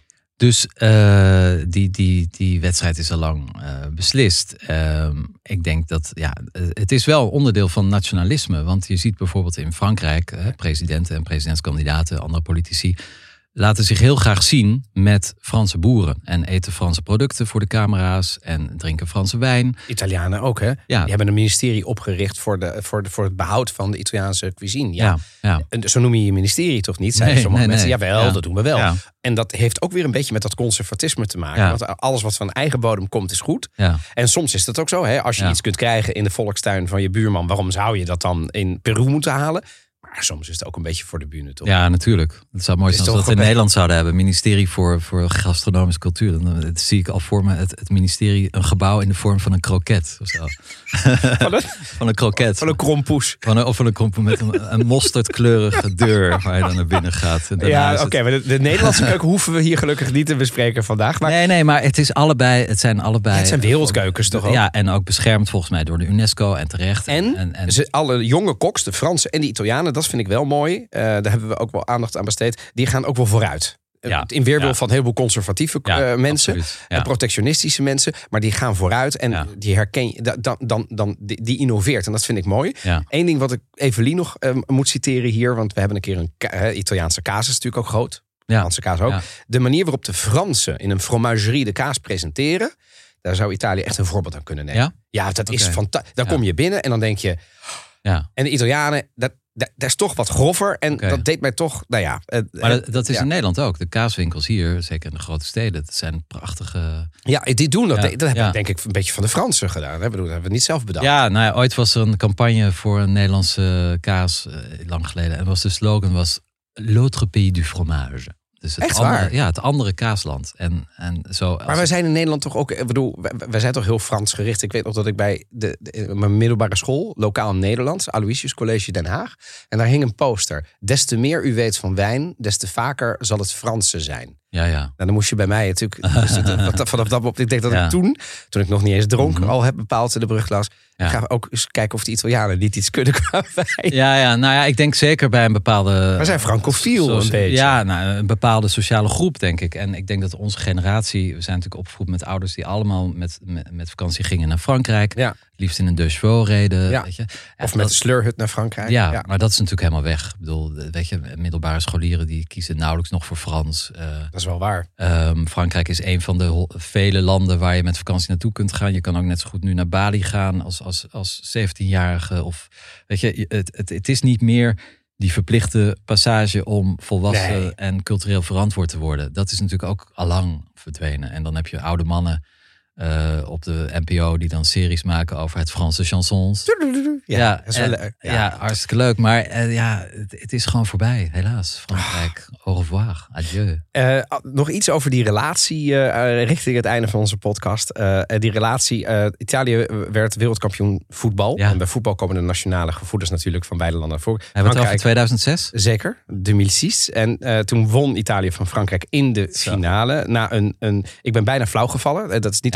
B: dus uh, die, die, die wedstrijd is al lang uh, beslist. Um, ik denk dat, ja, het is wel onderdeel van nationalisme. Want je ziet bijvoorbeeld in Frankrijk, uh, presidenten en presidentskandidaten, andere politici, laten zich heel graag zien met Franse boeren. En eten Franse producten voor de camera's. En drinken Franse wijn.
A: Italianen ook, hè? Ja. Die hebben een ministerie opgericht voor, de, voor, de, voor het behoud van de Italiaanse cuisine. Ja. Ja, ja. Zo noem je je ministerie toch niet? Zijn nee, sommige nee, mensen, nee. jawel, ja. dat doen we wel. Ja. En dat heeft ook weer een beetje met dat conservatisme te maken. Ja. Want alles wat van eigen bodem komt is goed. Ja. En soms is dat ook zo. Hè? Als je ja. iets kunt krijgen in de volkstuin van je buurman, waarom zou je dat dan in Peru moeten halen? Maar soms is het ook een beetje voor de bühne, toch?
B: Ja, natuurlijk. Het zou mooi zijn als we dat in Nederland zouden hebben. Ministerie voor, voor gastronomische cultuur. Dan dat zie ik al voor me het, het ministerie, een gebouw in de vorm van een kroket. Of zo.
A: Van, een,
B: van een kroket.
A: Van een krompoes.
B: Van een, of van een krompoes met een, een mosterdkleurige deur waar je dan naar binnen gaat. En
A: ja, oké. Okay, maar de, de Nederlandse keuken hoeven we hier gelukkig niet te bespreken vandaag. Maar...
B: Nee, nee, maar het is allebei, het zijn allebei... Ja,
A: het zijn wereldkeukens toch ook?
B: Ja, en ook beschermd volgens mij door de UNESCO en terecht.
A: En, en, en ze, alle jonge koks, de Fransen en de Italianen, dat vind ik wel mooi. Uh, daar hebben we ook wel aandacht aan besteed. Die gaan ook wel vooruit. Ja, in weerwil ja. van een heleboel conservatieve ja, uh, mensen. Ja. En protectionistische mensen. Maar die gaan vooruit. En ja. die herken je. Dan, dan, dan, die, die innoveert. En dat vind ik mooi. Ja. Eén ding wat ik Evelien nog uh, moet citeren hier. Want we hebben een keer een ka- uh, Italiaanse kaas. is natuurlijk ook groot. Ja. Franse kaas ook. Ja. De manier waarop de Fransen in een fromagerie de kaas presenteren. Daar zou Italië echt een voorbeeld aan kunnen nemen. Ja, ja dat okay. is fantastisch. Dan ja. kom je binnen en dan denk je... Ja. En de Italianen... dat Dat is toch wat grover. En okay. dat deed mij toch, nou ja. Uh,
B: maar dat, dat is ja. in Nederland ook. De kaaswinkels hier, zeker in de grote steden. Dat zijn prachtige...
A: Ja, die doen dat. Ja. Dat hebben ja. denk ik een beetje van de Fransen gedaan. Dat hebben we niet zelf bedacht.
B: Ja, nou ja, ooit was er een campagne voor een Nederlandse kaas. Uh, lang geleden. En was de slogan was... L'autre pays du fromage. Dus het
A: Echt
B: andere,
A: waar?
B: Ja, het andere kaasland. En, en zo,
A: maar wij zijn in Nederland toch ook... Ik bedoel, wij zijn toch heel Frans gericht. Ik weet nog dat ik bij de, de, mijn middelbare school... lokaal Nederlands, Aloysius College Den Haag... en daar hing een poster. Des te meer u weet van wijn... des te vaker zal het Franse zijn.
B: Ja, ja.
A: Nou, dan moest je bij mij natuurlijk... Dus dat, vanaf dat moment, ik denk dat ja. ik toen... toen ik nog niet eens dronk, mm-hmm. al heb bepaald in de brugklas... Ja. Ik ga ook eens kijken of de Italianen niet iets kunnen qua wijn.
B: Ja, ja, nou ja, ik denk zeker bij een bepaalde...
A: We zijn francofiel zo, een beetje.
B: Ja, nou, een bepaalde sociale groep, denk ik. En ik denk dat onze generatie... We zijn natuurlijk opgevoed met ouders die allemaal met, met, met vakantie gingen naar Frankrijk. Ja. Liefst in een deux chevaux reden.
A: Ja.
B: Weet je.
A: Of met dat, de sleurhut naar Frankrijk.
B: Ja, ja, maar dat is natuurlijk helemaal weg. Ik bedoel, weet je, middelbare scholieren die kiezen nauwelijks nog voor Frans. Uh,
A: dat is wel waar.
B: Um, Frankrijk is een van de ho- vele landen waar je met vakantie naartoe kunt gaan. Je kan ook net zo goed nu naar Bali gaan als, als, als zeventienjarige. Of, weet je, het, het, het is niet meer die verplichte passage om volwassen nee. en cultureel verantwoord te worden. Dat is natuurlijk ook allang verdwenen. En dan heb je oude mannen Uh, op de N P O die dan series maken over het Franse chansons.
A: Ja, ja, dat is wel leuk.
B: Ja. ja, hartstikke leuk. Maar uh, ja, het, het is gewoon voorbij, helaas. Frankrijk, ah. au revoir, adieu.
A: Uh, nog iets over die relatie uh, richting het einde van onze podcast. Uh, die relatie, uh, Italië werd wereldkampioen voetbal. Ja. En bij voetbal komen de nationale gevoelens natuurlijk van beide landen voor.
B: Hebben we het over tweeduizend zes?
A: Zeker, tweeduizend zes. En uh, toen won Italië van Frankrijk in de finale. Na een, een, ik ben bijna flauw gevallen. Dat is niet ja.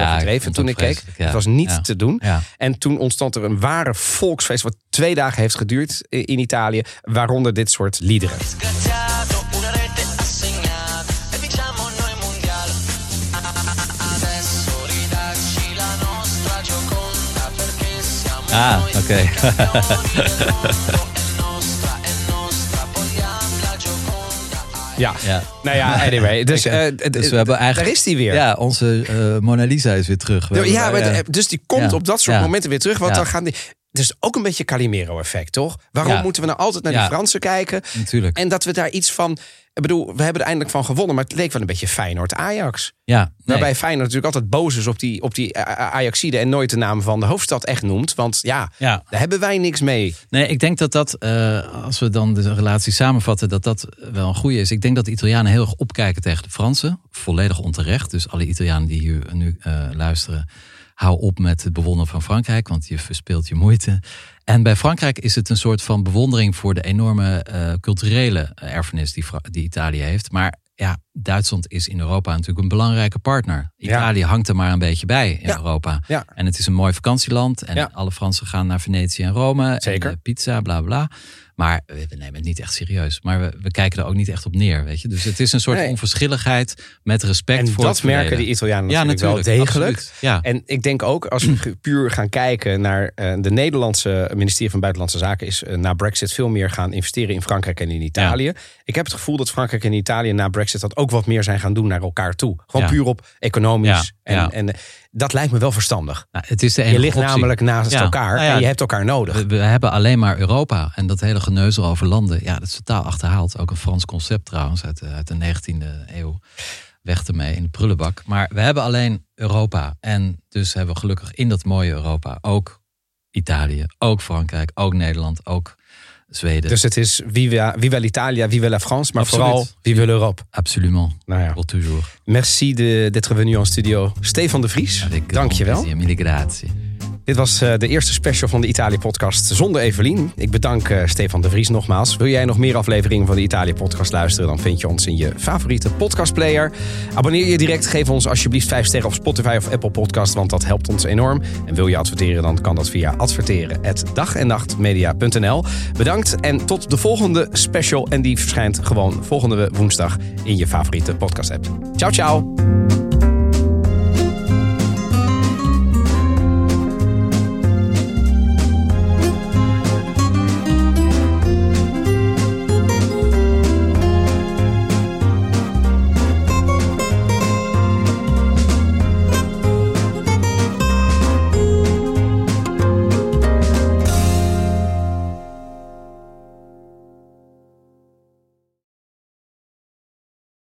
A: overdreven toen ik keek.
B: Ja.
A: Het was niet
B: ja.
A: te doen.
B: Ja.
A: En toen ontstond er een ware volksfeest wat twee dagen heeft geduurd in Italië. Waaronder dit soort liederen.
B: Ah, oké. Okay.
A: Ja.
B: ja,
A: nou ja, anyway. Dus, uh,
B: dus we hebben eigenlijk,
A: daar is die weer.
B: Ja, onze uh, Mona Lisa is weer terug.
A: We ja, maar ja. Dus die komt ja. op dat soort
B: ja.
A: momenten weer terug. Want
B: ja.
A: dan gaan die... Het is ook een beetje Calimero-effect, toch? Waarom ja. moeten we nou altijd naar die ja. Fransen kijken?
B: Natuurlijk.
A: En dat we daar iets van... Ik bedoel, we hebben er eindelijk van gewonnen, maar het leek wel een beetje Feyenoord-Ajax.
B: Ja, nee.
A: Waarbij Feyenoord natuurlijk altijd boos is op die, op die Ajaxide en nooit de naam van de hoofdstad echt noemt. Want ja, ja. daar hebben wij niks mee.
B: Nee, ik denk dat dat, uh, als we dan de relatie samenvatten, dat dat wel een goede is. Ik denk dat de Italianen heel erg opkijken tegen de Fransen. Volledig onterecht. Dus alle Italianen die hier nu uh, luisteren, hou op met het bewonderen van Frankrijk, want je verspeelt je moeite. En bij Frankrijk is het een soort van bewondering voor de enorme uh, culturele erfenis die, die Italië heeft. Maar ja, Duitsland is in Europa natuurlijk een belangrijke partner. Italië ja. hangt er maar een beetje bij in ja. Europa. Ja. En het is een mooi vakantieland. En ja. alle Fransen gaan naar Venetië en Rome.
A: Zeker.
B: En pizza, bla bla. Maar we nemen het niet echt serieus. Maar we, we kijken er ook niet echt op neer, weet je. Dus het is een soort nee. onverschilligheid met respect
A: en
B: voor
A: dat merken de Italianen ja, natuurlijk, natuurlijk wel degelijk.
B: Ja.
A: En ik denk ook, als we puur gaan kijken naar uh, de Nederlandse ministerie van Buitenlandse Zaken, is uh, na Brexit veel meer gaan investeren in Frankrijk en in Italië. Ja. Ik heb het gevoel dat Frankrijk en Italië na Brexit dat ook wat meer zijn gaan doen naar elkaar toe. Gewoon ja. puur op economisch. Ja. En, ja. en dat lijkt me wel verstandig.
B: Nou, het is de
A: je ligt
B: optie.
A: namelijk naast ja. elkaar nou ja, en je hebt elkaar nodig.
B: We, we hebben alleen maar Europa en dat hele geneuzel over landen. Ja, dat is totaal achterhaald. Ook een Frans concept trouwens uit de, uit de negentiende eeuw. Weg ermee in de prullenbak. Maar we hebben alleen Europa. En dus hebben we gelukkig in dat mooie Europa ook Italië, ook Frankrijk, ook Nederland, ook Zweden.
A: Dus het is viva, viva l'Italia, viva la France, maar
B: Absoluut.
A: Vooral viva l'Europe.
B: Absolument.
A: Nou ja.
B: Pour toujours.
A: Merci de, d'être venu en studio. Stefan de Vries, dank je wel.
B: Mille grazie.
A: Dit was uh, de eerste special van de Italië-podcast zonder Evelien. Ik bedank uh, Stefan de Vries nogmaals. Wil jij nog meer afleveringen van de Italië-podcast luisteren? Dan vind je ons in je favoriete podcastplayer. Abonneer je direct. Geef ons alsjeblieft vijf sterren op Spotify of Apple Podcast, want dat helpt ons enorm. En wil je adverteren, dan kan dat via adverteren at dag en nacht media punt n l. Bedankt en tot de volgende special. En die verschijnt gewoon volgende woensdag in je favoriete podcast-app. Ciao, ciao.